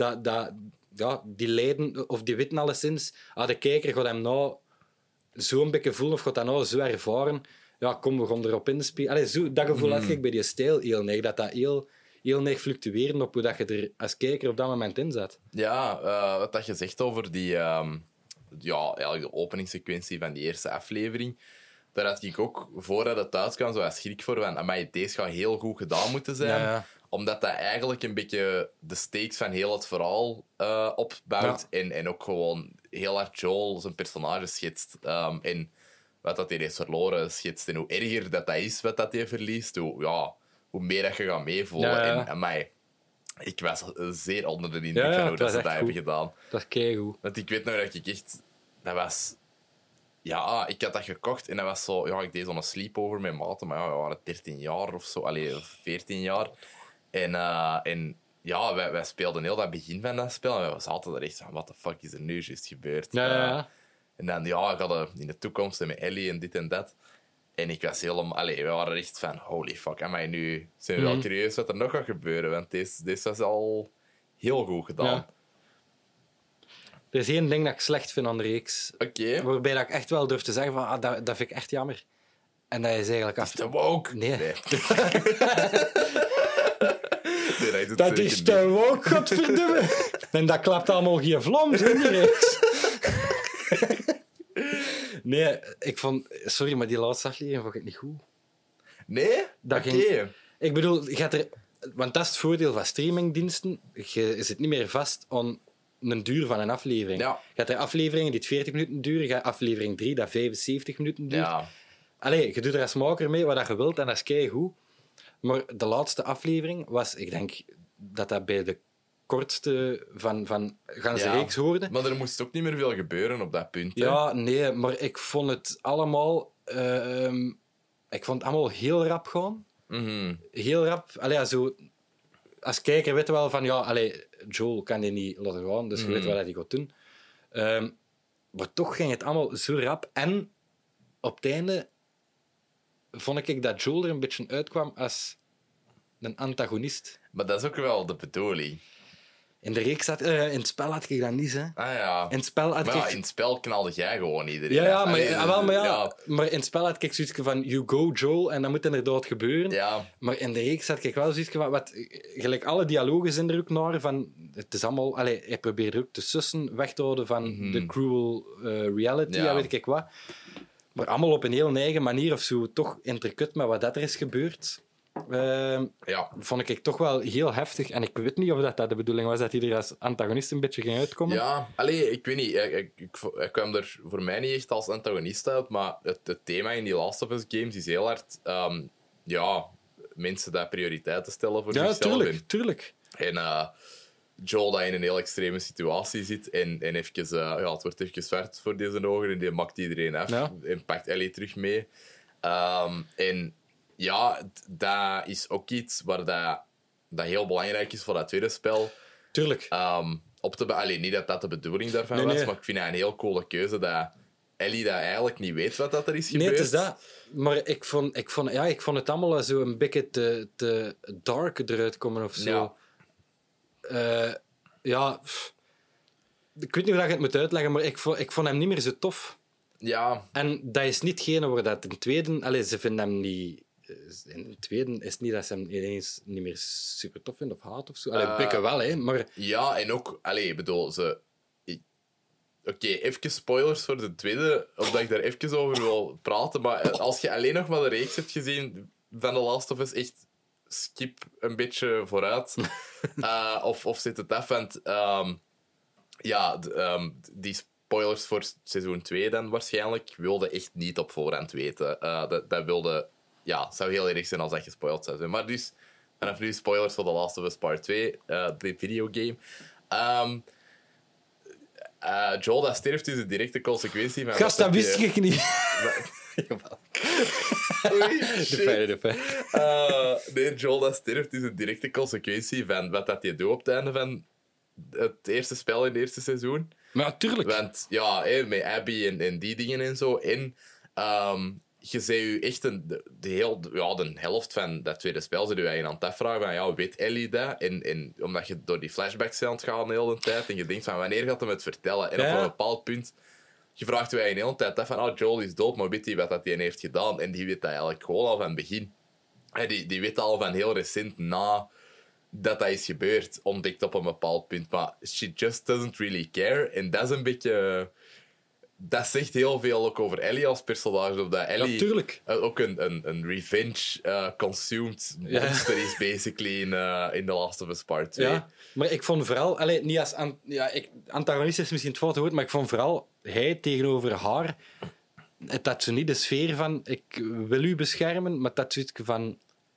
Ja. Die leiden, of die weten alleszins, de kijker gaat hem nou zo'n beetje voelen of gaat dat nou zo ervaren. ja, kom, we gaan erop inspelen. Allee, dat gevoel had ik bij die stijl heel neig. Dat heel neig fluctueren op hoe dat je er als kijker op dat moment in zat. Ja, wat dat je zegt over die... eigenlijk de openingssequentie van die eerste aflevering. Daar had ik ook, voordat het thuis kwam, zo als schrik voor van... Amai, deze gaat heel goed gedaan moeten zijn. Ja. Omdat dat eigenlijk een beetje de stakes van heel het verhaal opbouwt. Ja. En ook gewoon heel hard Joel zijn personage schetst. En wat dat hij heeft verloren schetst. En hoe erger dat is wat dat hij verliest, hoe meer dat je gaat meevoelen. Ja. En amai, ik was zeer onder de indruk van hoe dat ze dat hebben gedaan. Dat is keigoed. Want ik weet nog dat ik echt... Dat was... Ja, ik had dat gekocht en dat was zo... Ja, ik deed zo'n sleepover met maten, maar we waren 13 jaar of zo. Allee, 14 jaar. En ja, wij speelden heel dat begin van dat spel en we zaten er echt van, what the fuck is er nu juist gebeurd? Ja. En dan, ik had in de toekomst met Ellie en dit en dat. En ik was helemaal... Allee, we waren echt van, holy fuck, en nu zijn we wel curieus wat er nog gaat gebeuren, want deze was al heel goed gedaan. Ja. Er is één ding dat ik slecht vind aan de reeks. Oké. Waarbij dat ik echt wel durf te zeggen van, dat vind ik echt jammer. En dat is eigenlijk af. Is te woke? Nee. Nee, dat is te woke, godverdomme. En dat klapt allemaal geen vlams in die reeks. Nee, ik vond... Sorry, maar die laatste aflevering vond ik niet goed. Nee? Oké. Ik bedoel, je gaat er... Want dat is het voordeel van streamingdiensten. Je zit niet meer vast aan een duur van een aflevering. Ja. Je hebt er afleveringen die 40 minuten duren. Je hebt aflevering 3 dat 75 minuten duurt. Ja. Allee, je doet er als maker mee wat je wilt en dat is keigoed. Maar de laatste aflevering was... Ik denk dat bij de kortste van ganse reeks hoorde. Maar er moest ook niet meer veel gebeuren op dat punt. Hè? Ja, nee, maar ik vond het allemaal... ik vond het allemaal heel rap gaan. Mm-hmm. Heel rap. Allee, zo, als kijker weet je wel van... Ja, Joel kan die niet laten gaan, dus je weet wat hij gaat doen. Maar toch ging het allemaal zo rap. En op het einde vond ik dat Joel er een beetje uitkwam als een antagonist. Maar dat is ook wel de bedoeling. In de reeks in het spel had ik dat niet, hè. Ah ja. In het spel had in het spel knalde jij gewoon iedereen. Ja, maar in het spel had ik zoiets van you go Joel en dat moet inderdaad gebeuren. Ja. Maar in de reeks had ik wel zoiets van gelijk alle dialogen zijn er ook naar van het is allemaal, hij probeert ook de sussen weg te houden van de cruel reality, ja, weet ik wat. Maar allemaal op een heel eigen manier of zo, toch intricate met wat dat er is gebeurd. Vond ik toch wel heel heftig. En ik weet niet of dat de bedoeling was dat hij er als antagonist een beetje ging uitkomen. Ja, ik weet niet. Ik kwam er voor mij niet echt als antagonist uit, maar het thema in die Last of Us games is heel hard... mensen dat prioriteiten stellen voor zichzelf. Ja, tuurlijk. En Joel dat in een heel extreme situatie zit en even, het wordt even zwart voor deze ogen en die maakt iedereen af en pakt Ellie terug mee. En ja, dat is ook iets waar dat heel belangrijk is voor dat tweede spel. Tuurlijk. Niet dat dat de bedoeling daarvan was, maar ik vind het een heel coole keuze dat Ellie dat eigenlijk niet weet wat dat er is gebeurd. Nee, het is dat. Maar ik vond het allemaal zo een beetje te dark eruit komen of zo. Ik weet niet hoe je het moet uitleggen, maar ik vond hem niet meer zo tof. Ja. En dat is niet hetgene waar dat in het tweede... ze vinden hem niet... In het tweede is het niet dat ze hem ineens niet meer super tof vinden of haat of zo. Pikken wel, hè, maar... Ja, en ook... ik bedoel, Oké, even spoilers voor de tweede, omdat ik daar even over wil praten. Maar als je alleen nog maar de reeks hebt gezien van The Last of Us, echt skip een beetje vooruit. Of zit het af, want... die spoilers voor seizoen 2 dan waarschijnlijk wilde echt niet op voorhand weten. Dat wilde... Ja, het zou heel erg zijn als dat gespoild zou zijn. Maar dus, vanaf nu spoilers voor The Last of Us Part 2, de videogame. Joel dat sterft is een directe consequentie van... Gast, dat wist ik niet. Oei, shit. Nee, Joel dat sterft is een directe consequentie van wat dat je doet op het einde van het eerste spel in het eerste seizoen. Maar natuurlijk. Want met Abby en die dingen en zo. En je zei je echt de helft van dat tweede spel zit je eigenlijk aan het afvragen van, weet Ellie dat? En omdat je door die flashbacks aan het gaan de hele tijd en je denkt van, wanneer gaat hem het vertellen? En op een bepaald punt je vraagt wij een hele tijd af van, Joel is dood, maar weet hij wat hij heeft gedaan? En die weet dat eigenlijk gewoon al van het begin. Die weet al van heel recent na dat is gebeurd, ontdekt op een bepaald punt. Maar she just doesn't really care. En dat is een beetje... Dat zegt heel veel ook over Ellie als personage. Of dat Ellie Natuurlijk. Ook een revenge-consumed monster is, basically, in The Last of Us Part 2. Ja, maar ik vond vooral... niet als... antagonist is misschien het foute woord, maar ik vond vooral hij tegenover haar... Het had zo niet de sfeer van... Ik wil u beschermen, maar dat zoiets van...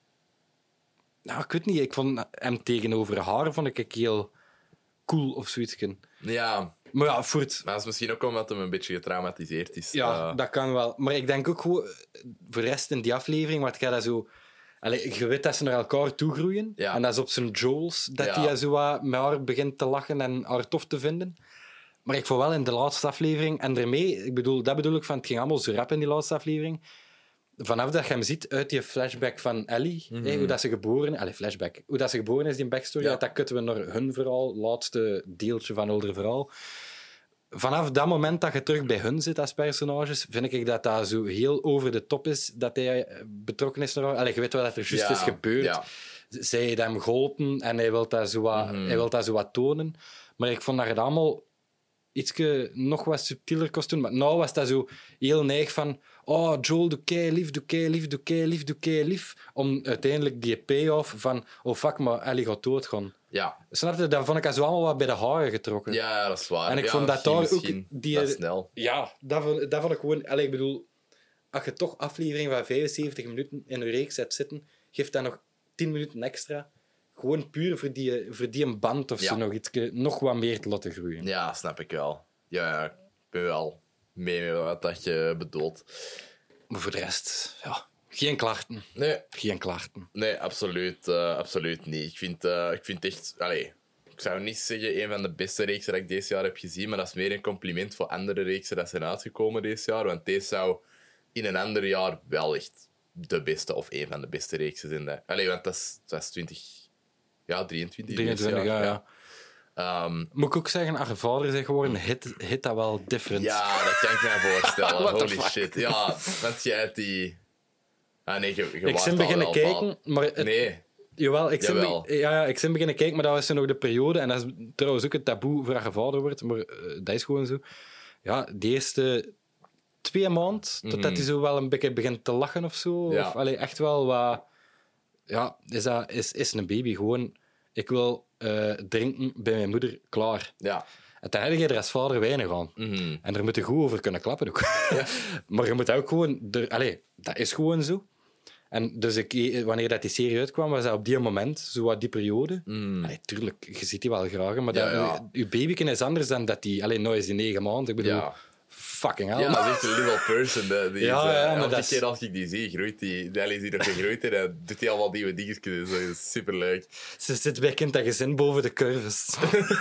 Nou, ik weet niet. Ik vond hem tegenover haar vond ik heel cool of zoiets. Ja. Maar ja, voor het... Maar dat is misschien ook omdat hij een beetje getraumatiseerd is. Ja, dat kan wel. Maar ik denk ook gewoon... Voor de rest in die aflevering, wat gaat dat zo... je weet dat ze naar elkaar toegroeien. Ja. En dat is op zijn Joels dat hij zo wat met haar begint te lachen en haar tof te vinden. Maar ik vond wel in de laatste aflevering... En daarmee, dat bedoel ik van... Het ging allemaal zo rap in die laatste aflevering. Vanaf dat je hem ziet uit die flashback van Ellie, hoe dat ze geboren... flashback. Hoe dat ze geboren is, die backstory, dat kutten we naar hun verhaal, laatste deeltje van hun verhaal. Vanaf dat moment dat je terug bij hun zit als personages, vind ik dat dat zo heel over de top is, dat hij betrokken is naar haar. Je weet wel dat er juist is gebeurd. Ja. Zij heeft hem geholpen en hij wil dat zo wat tonen. Maar ik vond dat het allemaal ietsje nog wat subtieler kost doen. Maar nou was dat zo heel neig van... Oh, Joel, doe kei lief, doe kei lief, doe kei lief, doe kei lief. Om uiteindelijk die payoff van... Oh, fuck, maar Ellie gaat doodgaan. Ja. Snap je? Dat vond ik zo allemaal wat bij de haren getrokken. Ja, dat is waar. En ik vond dat daar ook... Dat snel. Ja, dat vond ik gewoon... Ik bedoel, als je toch aflevering van 75 minuten in een reeks hebt zitten, geef dat nog 10 minuten extra. Gewoon puur voor die een band of zo nog wat meer te laten groeien. Ja, snap ik wel. Ja, ik ben wel mee met wat dat je bedoelt. Maar voor de rest, geen klachten. Nee. Geen klachten. Nee, absoluut niet. Ik vind echt... ik zou niet zeggen een van de beste reeksen dat ik dit jaar heb gezien, maar dat is meer een compliment voor andere reeksen dat zijn uitgekomen dit jaar. Want deze zou in een ander jaar wel echt de beste of een van de beste reeksen zijn. Want dat is 23 ja. Moet ik ook zeggen, als je vader bent geworden, hit dat wel different. Ja, dat kan ik me voorstellen. Holy shit. Ja, want jij hebt die... nee, ik ben beginnen kijken, maar... Nee. Jawel, ik ben beginnen kijken, maar dat was nog de periode. En dat is trouwens ook een taboe voor als je vader wordt, maar dat is gewoon zo. Ja, de eerste 2 maanden, totdat hij zo wel een beetje begint te lachen of zo. Ja. Of echt wel wat... Ja, is een baby gewoon... Ik wil drinken bij mijn moeder, klaar. Ja. En dan heb je er als vader weinig aan. En daar moet je goed over kunnen klappen ook. Ja. Maar je moet ook gewoon... dat is gewoon zo. En dus wanneer dat die serie uitkwam, was dat op die moment, zo wat die periode. Tuurlijk, je ziet die wel graag, maar je babyken is anders dan dat die... Nou is die 9 maanden, ik bedoel... Ja. Fucking hell. Ja, dat is echt een little person. Maar elke keer als ik die zie, groeit die... Ellie is hier nog gegroeid en dan doet hij allemaal nieuwe dingetjes. Dus dat is superleuk. Ze zit bij kind dat gezin boven de curves.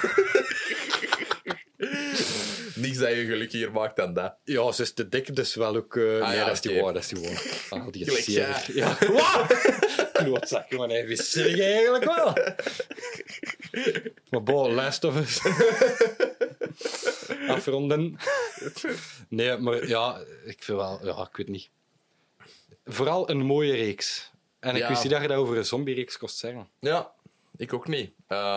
Niks dat je gelukkiger maakt dan dat. Ja, ze is te dik, dus wel ook... dat is die waar, dat is die waar. Die is zeer... Ja. Klootzak, man. Wie zeg je eigenlijk wel? Maar bon, Last of Us. Afronden. Nee, maar ja, ik vind wel... Ja, ik weet niet. Vooral een mooie reeks. En ik wist niet dat je dat over een zombie-reeks kost zeggen. Ja, ik ook niet.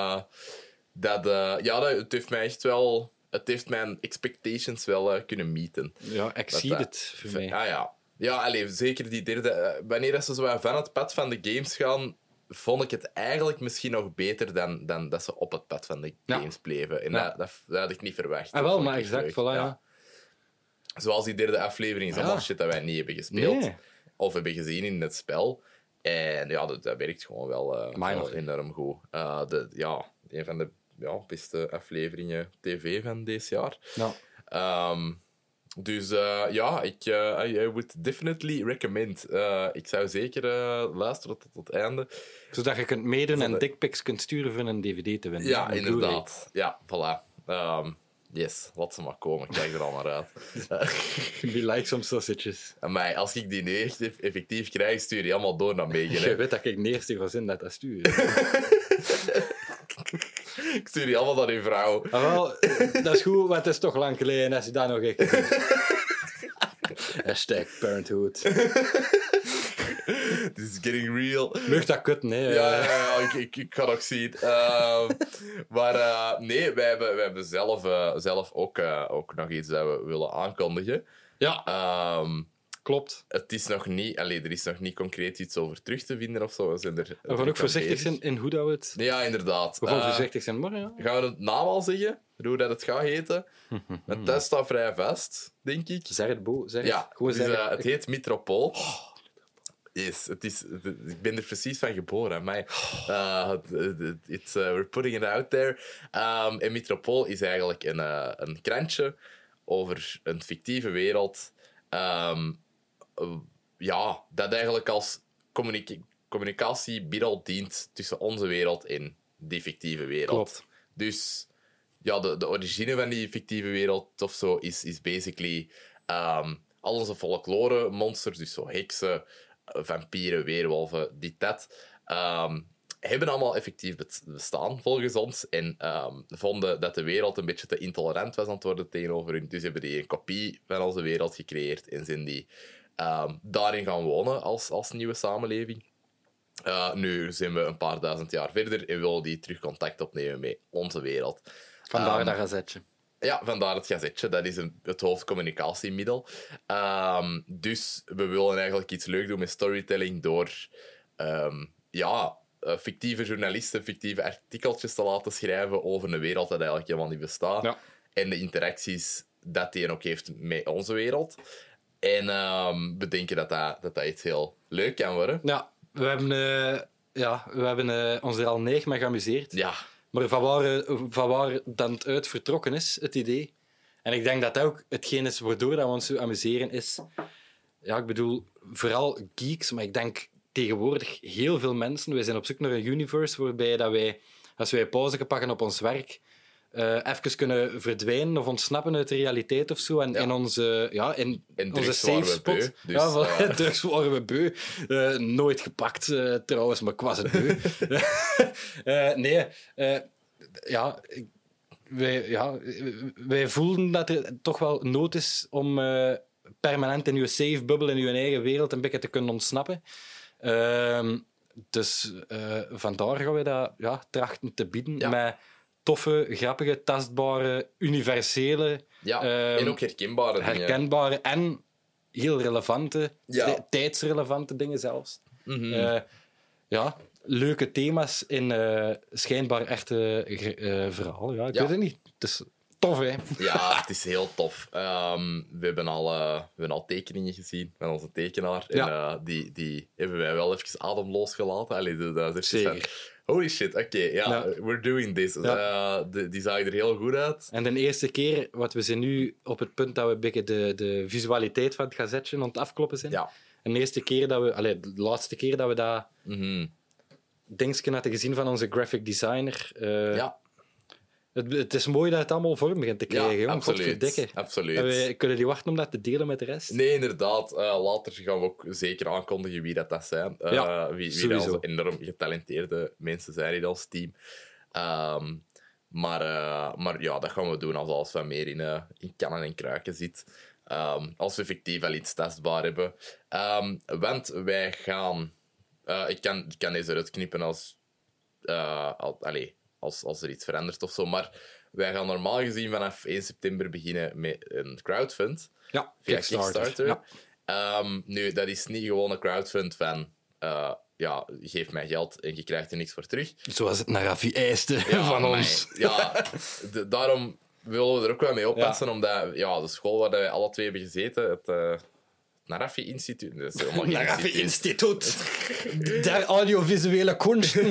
Het heeft mij echt wel... Het heeft mijn expectations wel kunnen meeten. Ja, exceeded voor mij. Ja, zeker die derde... wanneer ze zo van het pad van de games gaan, vond ik het eigenlijk misschien nog beter dan dat ze op het pad van de games bleven. En dat had ik niet verwacht. Wel, maar exact, voilà, ja. Zoals die derde aflevering is allemaal shit dat wij niet hebben gespeeld. Of hebben gezien in het spel. En ja, dat werkt gewoon wel enorm goed. Een van de beste afleveringen tv van dit jaar. Ja. Dus I would definitely recommend. Ik zou zeker luisteren tot het einde. Zodat je kunt meedoen en dickpics kunt sturen voor een dvd te winnen. Ja, inderdaad. Ja, voilà. Yes, laat ze maar komen. Ik kijk er al naar uit. Be like some sausages. Maar als ik die nu echt effectief krijg, stuur die allemaal door naar Megan. Je weet dat ik de eerste gezin dat stuur. Ik Ik stuur die allemaal naar uw vrouw. Ah, wel, dat is goed, maar het is toch lang geleden als je dat nog echt doet. Hashtag parenthood. This is getting real. Mag dat kutten, hè? Ja, ik kan ook zien. Maar nee, wij hebben zelf ook nog iets dat we willen aankondigen. Ja, klopt. Het is nog niet... er is nog niet concreet iets over terug te vinden of zo. We zijn er We gaan ook voorzichtig zijn in hoe dat we het... Ja, inderdaad. We gaan voorzichtig zijn, maar ja. Gaan we het naam al zeggen? Hoe dat het gaat heten? Het test staat vrij vast, denk ik. Zeg het, Bo. Zeg het. Ja, Gewoon dus, zeggen. het heet Metropool. Yes, ik ben er precies van geboren. We're putting it out there. En Metropool is eigenlijk een krantje over een fictieve wereld. Dat eigenlijk als communicatiemiddel dient tussen onze wereld en die fictieve wereld. Klopt. Dus ja, de origine van die fictieve wereld of zo is basically al onze folklore monsters, dus zo heksen, vampieren, weerwolven, hebben allemaal effectief bestaan volgens ons en vonden dat de wereld een beetje te intolerant was aan het worden tegenover hun. Dus hebben die een kopie van onze wereld gecreëerd en zijn die daarin gaan wonen als nieuwe samenleving. Nu zijn we een paar duizend jaar verder en willen die terug contact opnemen met onze wereld. Vandaar dat gazetje. Ja, vandaar het gazetje. Dat is het hoofdcommunicatiemiddel. Dus we willen eigenlijk iets leuk doen met storytelling door fictieve journalisten fictieve artikeltjes te laten schrijven over een wereld dat eigenlijk helemaal niet bestaat. Ja. En de interacties dat die ook heeft met onze wereld. En we denken dat iets heel leuk kan worden. Ja, we hebben ons er al 9 mee geamuseerd. Ja. Maar van waar dan het uit vertrokken is, het idee. En ik denk dat ook hetgeen is waardoor dat we ons zo amuseren is... Ja, ik bedoel, vooral geeks, maar ik denk tegenwoordig heel veel mensen... Wij zijn op zoek naar een universe waarbij dat wij, als wij pauze pakken op ons werk, even kunnen verdwijnen of ontsnappen uit de realiteit of zo. En in onze, in onze safe spot. Dus, drugs waren we beu. Nooit gepakt, trouwens, maar ik was het beu. Wij voelden dat er toch wel nood is om permanent in je safe bubbel, in je eigen wereld, een beetje te kunnen ontsnappen. Dus vandaar gaan we dat trachten te bieden met toffe, grappige, tastbare, universele... en ook herkenbare en heel relevante, tijdsrelevante dingen zelfs. Mm-hmm. Leuke thema's in schijnbaar echte verhalen. Ja, ik weet het niet. Het is tof, hè? Ja, het is heel tof. We hebben al tekeningen gezien van onze tekenaar. Ja. En die hebben wij wel even ademloos gelaten. Allee, dat is zeker. Holy shit, oké, we're doing this. Ja. Die zag er heel goed uit. En de eerste keer, wat we zijn nu op het punt dat we een beetje de visualiteit van het gazetje aan het afkloppen zijn. Ja. En de eerste keer de laatste keer dat we dat dingetje hadden gezien van onze graphic designer. Het is mooi dat het allemaal vorm begint te krijgen. Ja, absoluut. En we kunnen niet wachten om dat te delen met de rest. Nee, inderdaad. Later gaan we ook zeker aankondigen wie dat zijn. Wie dat onze enorm getalenteerde mensen zijn in ons team. Maar dat gaan we doen als alles wat meer in kannen en kruiken zit. Als we effectief al iets testbaar hebben. Want wij gaan... ik kan deze eruit knippen als er iets verandert of zo. Maar wij gaan normaal gezien vanaf 1 september beginnen met een crowdfund. Ja, via Kickstarter. Nu, dat is niet gewoon een crowdfund van... geef mij geld en je krijgt er niks voor terug. Zoals het Narafi eiste van ons. Daarom willen we er ook wel mee oppassen, omdat de school waar wij alle twee hebben gezeten, het Narafi-instituut... Dat is helemaal geen Narafi-instituut. Der audiovisuele kunsten.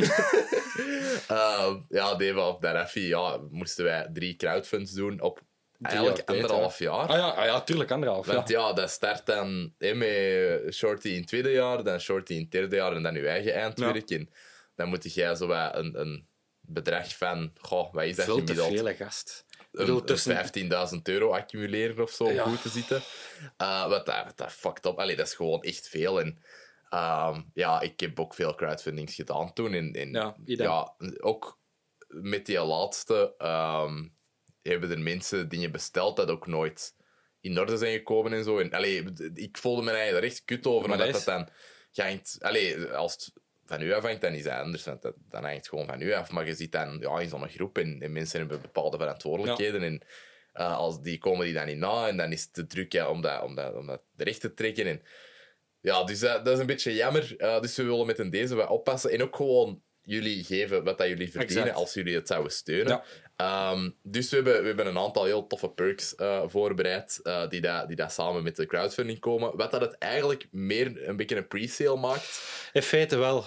op Narafi moesten wij 3 crowdfunds doen op eigenlijk 1,5 jaar. Tuurlijk, 1,5 jaar. Want dat start dan met Shorty in het tweede jaar, dan Shorty in het derde jaar en dan je eigen eindwerk. En dan moet jij zo een bedrag van... wat is dat gemiddeld? Veel te veel, gast. €15.000 accumuleren of zo om goed te zitten. Wat dat fucked up. Allee, dat is gewoon echt veel. En ik heb ook veel crowdfundings gedaan toen. En ook met die laatste hebben er mensen dingen besteld dat ook nooit in orde zijn gekomen en zo. En, ik voelde me eigenlijk er echt kut over, Maar omdat dat dat dan... als het van u afhangt, dan is dat anders. Want dan hangt het gewoon van u af. Maar je zit dan in zo'n groep en mensen hebben bepaalde verantwoordelijkheden. En als die komen die dan niet na en dan is het te druk om dat recht te trekken. En, ja, dus dat is een beetje jammer. Dus we willen met deze wat oppassen. En ook gewoon jullie geven wat dat jullie verdienen Exact. als jullie het zouden steunen. Ja. Dus we hebben een aantal heel toffe perks voorbereid die dat samen met de crowdfunding komen. Wat dat het eigenlijk meer een beetje een pre-sale maakt. In feite wel.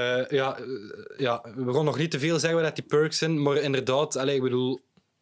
We gaan nog niet te veel zeggen wat die perks zijn, maar inderdaad, ik bedoel...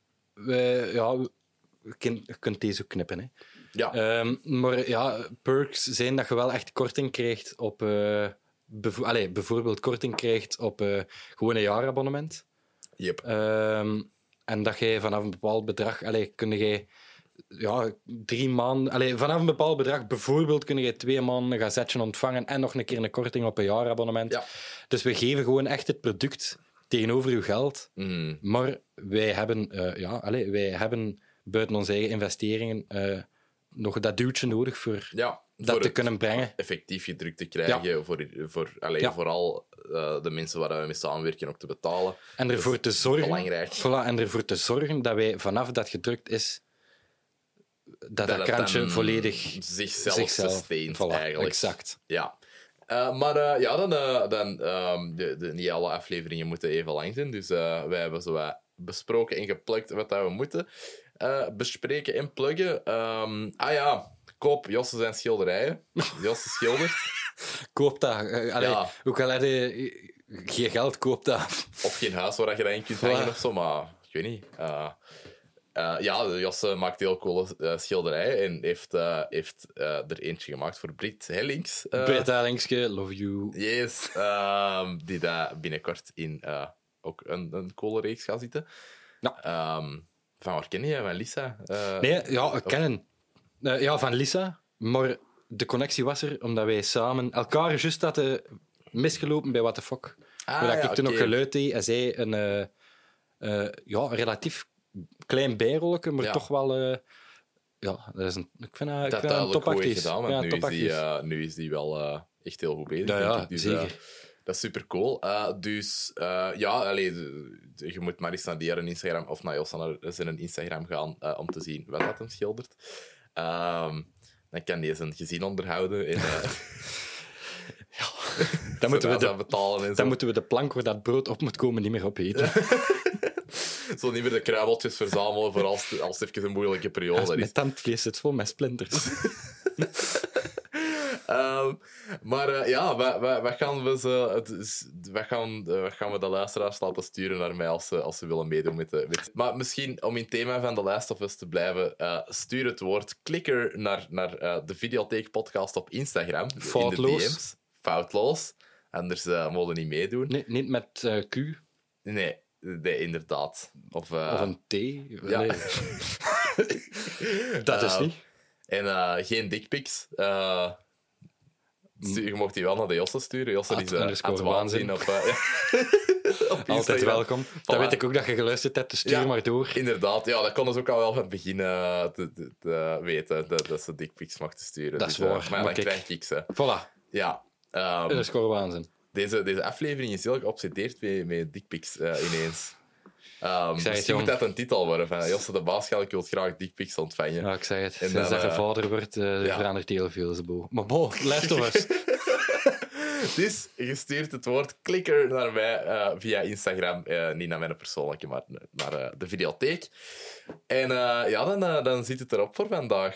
Je kunt deze ook knippen, hè. Ja. Maar ja, perks zijn dat je wel echt korting krijgt op... bijvoorbeeld korting krijgt op gewoon een jaarabonnement. Yep. En dat je vanaf een bepaald bedrag... kun je 3 maanden... vanaf een bepaald bedrag, bijvoorbeeld, kun je 2 maanden een gazetje ontvangen en nog een keer een korting op een jaarabonnement. Ja. Dus we geven gewoon echt het product tegenover uw geld. Mm. Maar wij hebben buiten onze eigen investeringen nog dat duwtje nodig voor dat te kunnen brengen. Effectief gedrukt te krijgen, vooral de mensen waar we mee samenwerken ook te betalen. En ervoor te zorgen, belangrijk. en ervoor te zorgen dat wij vanaf dat gedrukt is, dat krantje volledig zichzelf sustaint, voilà, eigenlijk. Exact. Ja. Niet alle afleveringen moeten even lang zijn. Dus wij hebben zo wat besproken en geplukt wat dat we moeten bespreken en pluggen. Koop Josse zijn schilderijen. Josse schildert. Koop dat. Ook al heb je geen geld, koop dat. Of geen huis waar je dat in kunt hangen of zo, maar ik weet niet. Josse maakt heel coole schilderijen en heeft er eentje gemaakt voor Britt Hellings. Britt Hellingske, love you. Yes, die daar binnenkort in ook een coole reeks gaat zitten. Ja. Van waar ken je? Van Lisa? Ik ken hem. Van Lisa. Maar de connectie was er omdat wij samen elkaar juist hadden misgelopen bij What the Fuck. Ik toen nog geluid deed en zij een relatief klein bijrolletje, maar toch wel... dat is ik vind een topactrice. Gedaan, want nu is die wel echt heel goed bezig. Ja, dus, zeker. Dat is super cool. Je moet maar eens naar die Instagram of naar Jos naar zijn Instagram gaan om te zien wat dat hem schildert. Dan kan hij zijn gezin onderhouden. En, dan moeten we de plank waar dat brood op moet komen niet meer opeten. Zo niet meer de kruimeltjes verzamelen voor als het even een moeilijke periode is. Mijn tandvlees zit vol met splinters. Wat gaan we de luisteraars laten sturen naar mij als ze willen meedoen met... Maar misschien, om in het thema van The Last of Us te blijven, stuur het woord klikker naar de Videotheek-podcast op Instagram. Foutloos. In de DM's. Foutloos. Anders mogen niet meedoen. Nee, niet met Q. Nee, inderdaad. Of een T. Ja. Nee. Dat is niet. En geen dickpics. Je mocht die wel naar de Josse sturen. Josse is waanzin. op Altijd welkom. Dan weet ik ook dat je geluisterd hebt, dus stuur maar door. Inderdaad, dat konden ze ook al wel van het begin te weten, dat ze dickpics mochten sturen. Dat is waar. Maar dan krijg ik ze. Voilà. Ja. Waanzin. Deze aflevering is heel geobsedeerd met dickpics ineens. Misschien moet dat een titel worden van Josse de Baaschal, ik wil graag dickpics ontvangen. Ja, ik zeg het. Sinds dat je vader wordt, verandert heel veel. Maar luister eens. Dus je stuurt het woord klikker naar mij via Instagram. Niet naar mijn persoonlijke, maar naar de Videotheek. En dan zit het erop voor vandaag.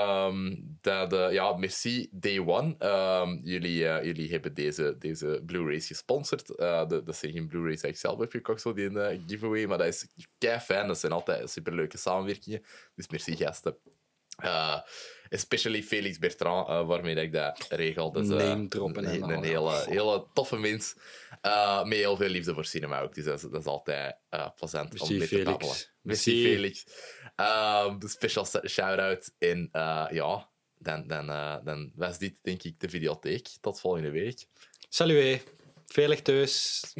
Merci Day One. Jullie hebben deze Blu-rays gesponsord. Dat zijn geen Blu-rays die ik zelf heb gekocht, zo die giveaway. Maar dat is kei fijn. Dat zijn altijd superleuke samenwerkingen. Dus merci gasten. Especially Felix Bertrand, waarmee dat ik dat regel. Dus, name droppen. Een hele toffe mens. Met heel veel liefde voor cinema ook. Dus dat is altijd plezant om mee te babbelen. Merci Felix. De special shout-out. En dan was dit denk ik de Videotheek. Tot volgende week. Salut, veilig thuis.